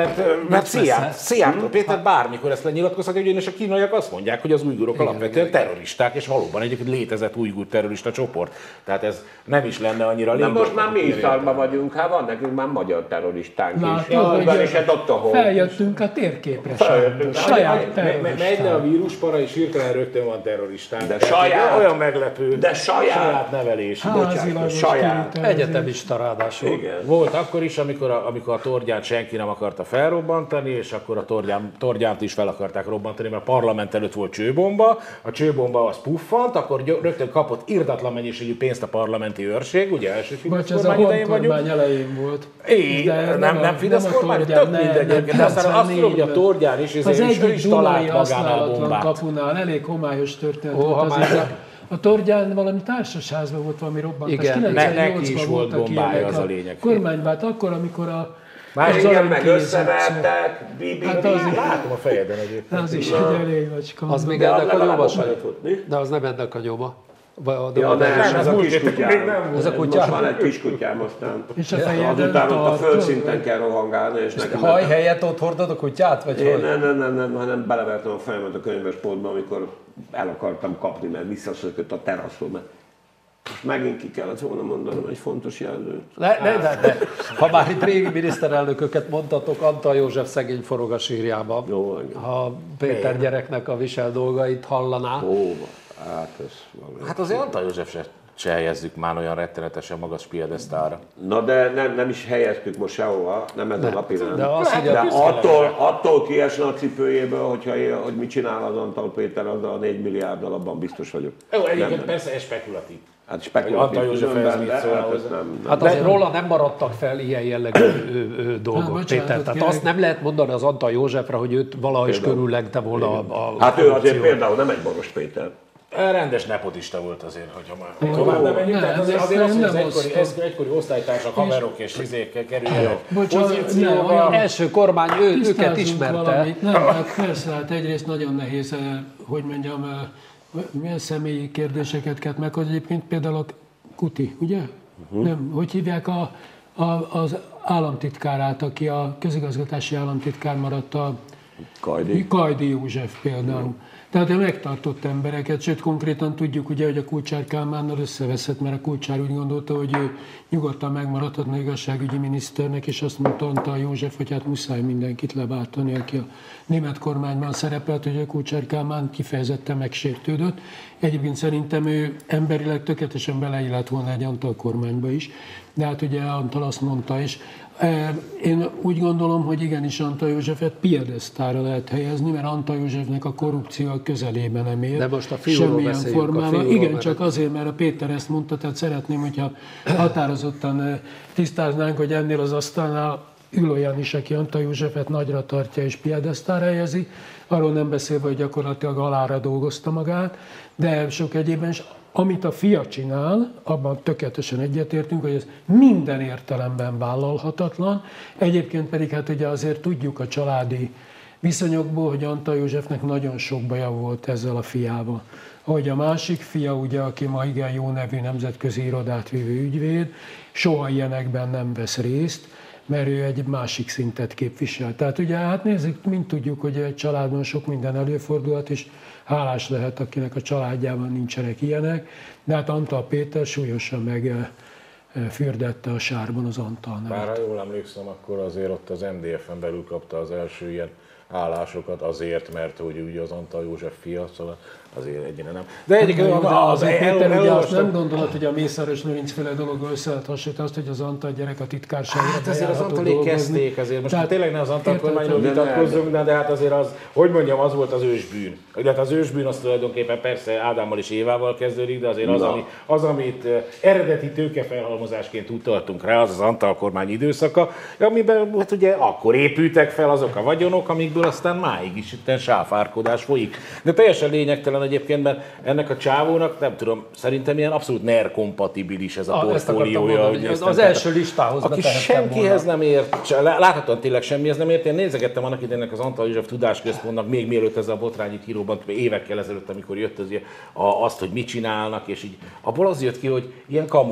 mert, mert Szijjártó Péter bármikor ezt lenyilatkozhat, ugyanis a kínaiak azt mondják, hogy az ujgurok igen, alapvetően igen, terroristák, és valóban egyébként létezett ujgur terrorista csoport. Tehát ez nem is lenne annyira lényeg. De most már mi is szarba vagyunk, hát van nekünk már magyar terroristánk Látod, is. És feljöttünk a térképre. Feljöttünk. Saját terroristánk. Megy le a víruspara, és hirtelen rögtön van terroristánk. De saját. Olyan meglepő. De saját. Saját nevelés. Bocsánat, saját. Egyetemista ráadásul. Igen. Volt akkor is, amikor a, amikor a Tordján senki nem akarta felrobbantani, és akkor a Tordján, Tordjánt is fel akarták robbantani, mert a parlament előtt volt csőbomba, a csőbomba az puffant, akkor rögtön kapott irdatlan mennyiségű pénzt a parlamenti őrség, ugye első Fidesz kormány idején vagyunk. Kormány elején volt. É, nem, nem, nem Fidesz kormány, tök mindegy. De aztán azt tudom, hogy a Tordján is, az ő is talált magánál bombát. Kapunál elég homályos történet volt azért. A Tordján valami társasházban volt valami robbantás. Igen, neki is volt bombája, az a lényeg. Kormányban, akkor, amikor a Már igen, meg összevertek, bibi, hát az látom a fejeden egyébként. Az is egy elég nagy skandal. Az még ennek a nyoma sem. De az nem ennek a nyoma. Ja, nem, ez a kiskutyám. Ez a kutyám. Most van egy kiskutyám, aztán és a fejeden azután ott a földszinten kell rohangálni. És nekem haj helyett ott hordod a kutyát? Vagy én nem, nem, nem, nem, hanem belevertem a fejemet a könyvespoltba, amikor el akartam kapni, mert visszaszökött a teraszról, mert most megint ki kellett volna mondanom egy fontos jelzőt. Ne, ne, ne, ne. Ha már itt régi miniszterelnököket mondtatok, Antal József szegény forog a sírjában. Jó, ha Péter Milyen? Gyereknek a visel dolgait hallaná. Ó, hát ez valami. Hát azért Antal József se, se helyezzük már olyan rettenetesen magas piedesztára. Na de nem, nem is helyeztük most sehova, nem ez ne. a napi rend. De, az, de attól, attól kiesne a cipőjéből, hogyha, hogy mit csinál az Antal Péter azzal a négy milliárddal, abban biztos vagyok. Jó, egyébként persze ez spekulatív. Hát spekulatív. Antal József ez mit szól hozzá? Nem, nem. Hát azért de róla nem maradtak fel ilyen jellegű ő, ő, dolgok, hát, Péter. Tehát kérlek. Azt nem lehet mondani az Antal Józsefre, hogy őt valahogy is körüllengte volna a, a Hát ő azért például nem egy Boros Péter. Rendes nepotista volt azért, hogyha már tovább nem menjünk. Tehát azért, azért az, hogy az egykori, az egykori osztálytársak, haverok és izékkel kerüljenek pozícióba. Első kormány ő, őket ismerte. Valamit. Nem, hát persze, hát egyrészt nagyon nehéz, hogy mondjam, milyen személyi kérdéseket kell meg, hogy egyébként például a Kuti, ugye? Uh-huh. Nem, hogy hívják a, a, az államtitkárát, aki a közigazgatási államtitkár maradt a Kajdi, Kajdi József például. Uh-huh. Tehát ő megtartott embereket, sőt konkrétan tudjuk ugye, hogy a Kulcsár Kálmánnal összeveszett, mert a Kulcsár úgy gondolta, hogy ő nyugodtan megmaradhatna igazságügyi miniszternek, és azt mondta Antal József, hogy hát muszáj mindenkit leváltani, aki a német kormányban szerepelt, hogy a Kulcsár Kálmán kifejezetten megsértődött. Egyébként szerintem ő emberileg tökéletesen beleillett volna egy Antal kormányba is, de hát ugye Antal azt mondta is. Én úgy gondolom, hogy igenis Antal Józsefet piedesztára lehet helyezni, mert Antal Józsefnek a korrupció a közelében nem ér. De most a fiúról formában. Igen, mert... csak azért, mert a Péter ezt mondta, tehát szeretném, hogyha határozottan tisztáznánk, hogy ennél az asztalnál ül olyan is, aki Antal Józsefet nagyra tartja és piedesztára helyezi, arról nem beszélve, hogy gyakorlatilag alára dolgozta magát, de sok egyébben is. Amit a fia csinál, abban tökéletesen egyetértünk, hogy ez minden értelemben vállalhatatlan. Egyébként pedig hát ugye azért tudjuk a családi viszonyokból, hogy Antal Józsefnek nagyon sok baja volt ezzel a fiával. Ahogy a másik fia, ugye, aki ma igen jó nevű nemzetközi irodát vívő ügyvéd, soha ilyenekben nem vesz részt, mert ő egy másik szintet képvisel. Tehát ugye hát nézzük, mind tudjuk, hogy egy családban sok minden előfordulhat, és hálás lehet, akinek a családjában nincsenek ilyenek, de hát Antal Péter súlyosan megfürdette a sárban az Antal nevet. Bár ha jól emlékszem, akkor azért ott az em dé ef-en belül kapta az első ilyen állásokat azért, mert hogy ugye az Antal József fia, szóval azért egyre nem. De egyébként az, az, az Péter, ugye azt nem gondolod, hogy a Mészáros Lőrinc féle dologgal össze lehet hasonlítani azt, hogy az Antal gyerek a titkárságra hát azért az Antalék kezdték, azért most tehát, tényleg nem az Antal kormányról vitatkozzunk, de, de hát azért az, hogy mondjam, az volt az ősbűn. De hát az ősbűn az tulajdonképpen persze Ádámmal és Évával kezdődik, de azért az, ami, az amit eredeti tőkefelhalmozásként utaltunk rá, az az Antal kormány időszaka, amiben hát ugye akkor épültek fel azok a vagyonok, amikből aztán máig is itten sáfárkodás folyik. De teljesen lényegtelen egyébként, mert ennek a csávónak, nem tudom, szerintem ilyen abszolút ner kompatibilis ez a ah, portfóliója. Az, az első listához aki senkihez volna. Nem ért, láthatóan tényleg semmihez nem ért. Én nézegettem annak idejének az Antal József Tudásközpontnak, még mielőtt ez a botrányi híróban, évekkel ezelőtt, amikor jött az, azt, hogy mit csinálnak, és így abból az jött ki, hogy ilyen kamu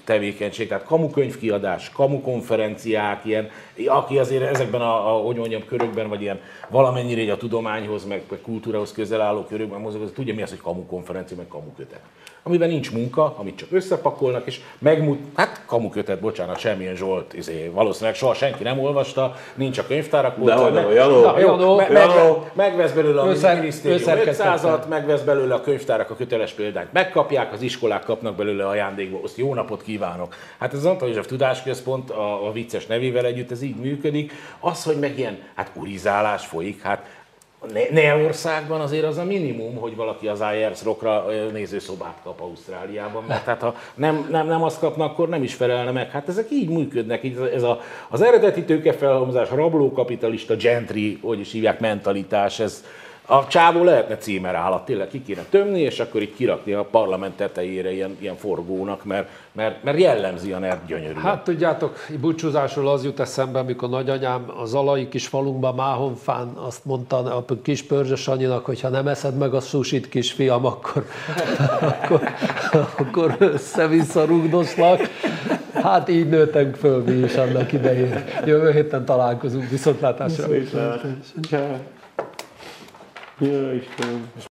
tevékenység, tehát kamukönyvkiadás, kamukonferenciák, ilyen, aki azért ezekben a, a hogy mondjam, körökben, vagy ilyen valamennyire így a tudományhoz, meg a kultúrához közel álló körökben mozog, az tudja mi az, hogy kamukonferencia, meg kamukötet. Amiben nincs munka, amit csak összepakolnak, és megmut, hát kamukötet, bocsánat, semmilyen Zsolt, izé, valószínűleg soha senki nem olvasta, nincs a könyvtárak polcán. De hogy Janó, Na, Janó, me- Janó. meg- megvesz belőle a Össze- minisztérium összerkeztettem. ötszázat, megvesz belőle a könyvtárak a köteles példányt, megkapják, az iskolák kapnak belőle ajándékba, azt jó napot kívánok. Hát ez az Antal József Tudásközpont a, a vicces nevével együtt, ez így működik. Az, hogy meg ilyen, hát urizálás folyik, hát Néországban azért az a minimum, hogy valaki az I R S rockra nézőszobát kap Ausztráliában, mert hát ha nem, nem, nem azt kapna, akkor nem is felelne meg. Hát ezek így működnek, így ez a, az eredeti tőkefelhalmozás, rablókapitalista, gentry, hogy is hívják, mentalitás, ez a csávó lehetne címerállat, tényleg ki kéne tömni, és akkor így kirakni a parlament tetejére ilyen, ilyen forgónak, mert, mert, mert jellemzi a nerd gyönyörű. Hát tudjátok, búcsúzásról az jut eszembe, amikor nagyanyám a Zalai kis falunkban Máhonfán azt mondta a kis Pörzsös Anyinak, hogy ha nem eszed meg a susit, kisfiam, akkor, akkor, akkor össze-vissza rugdoslak. Hát így nőttünk föl mi is annak idején. Jövő héten találkozunk, viszontlátásra. Viszontlátásra. Ja, Istenem.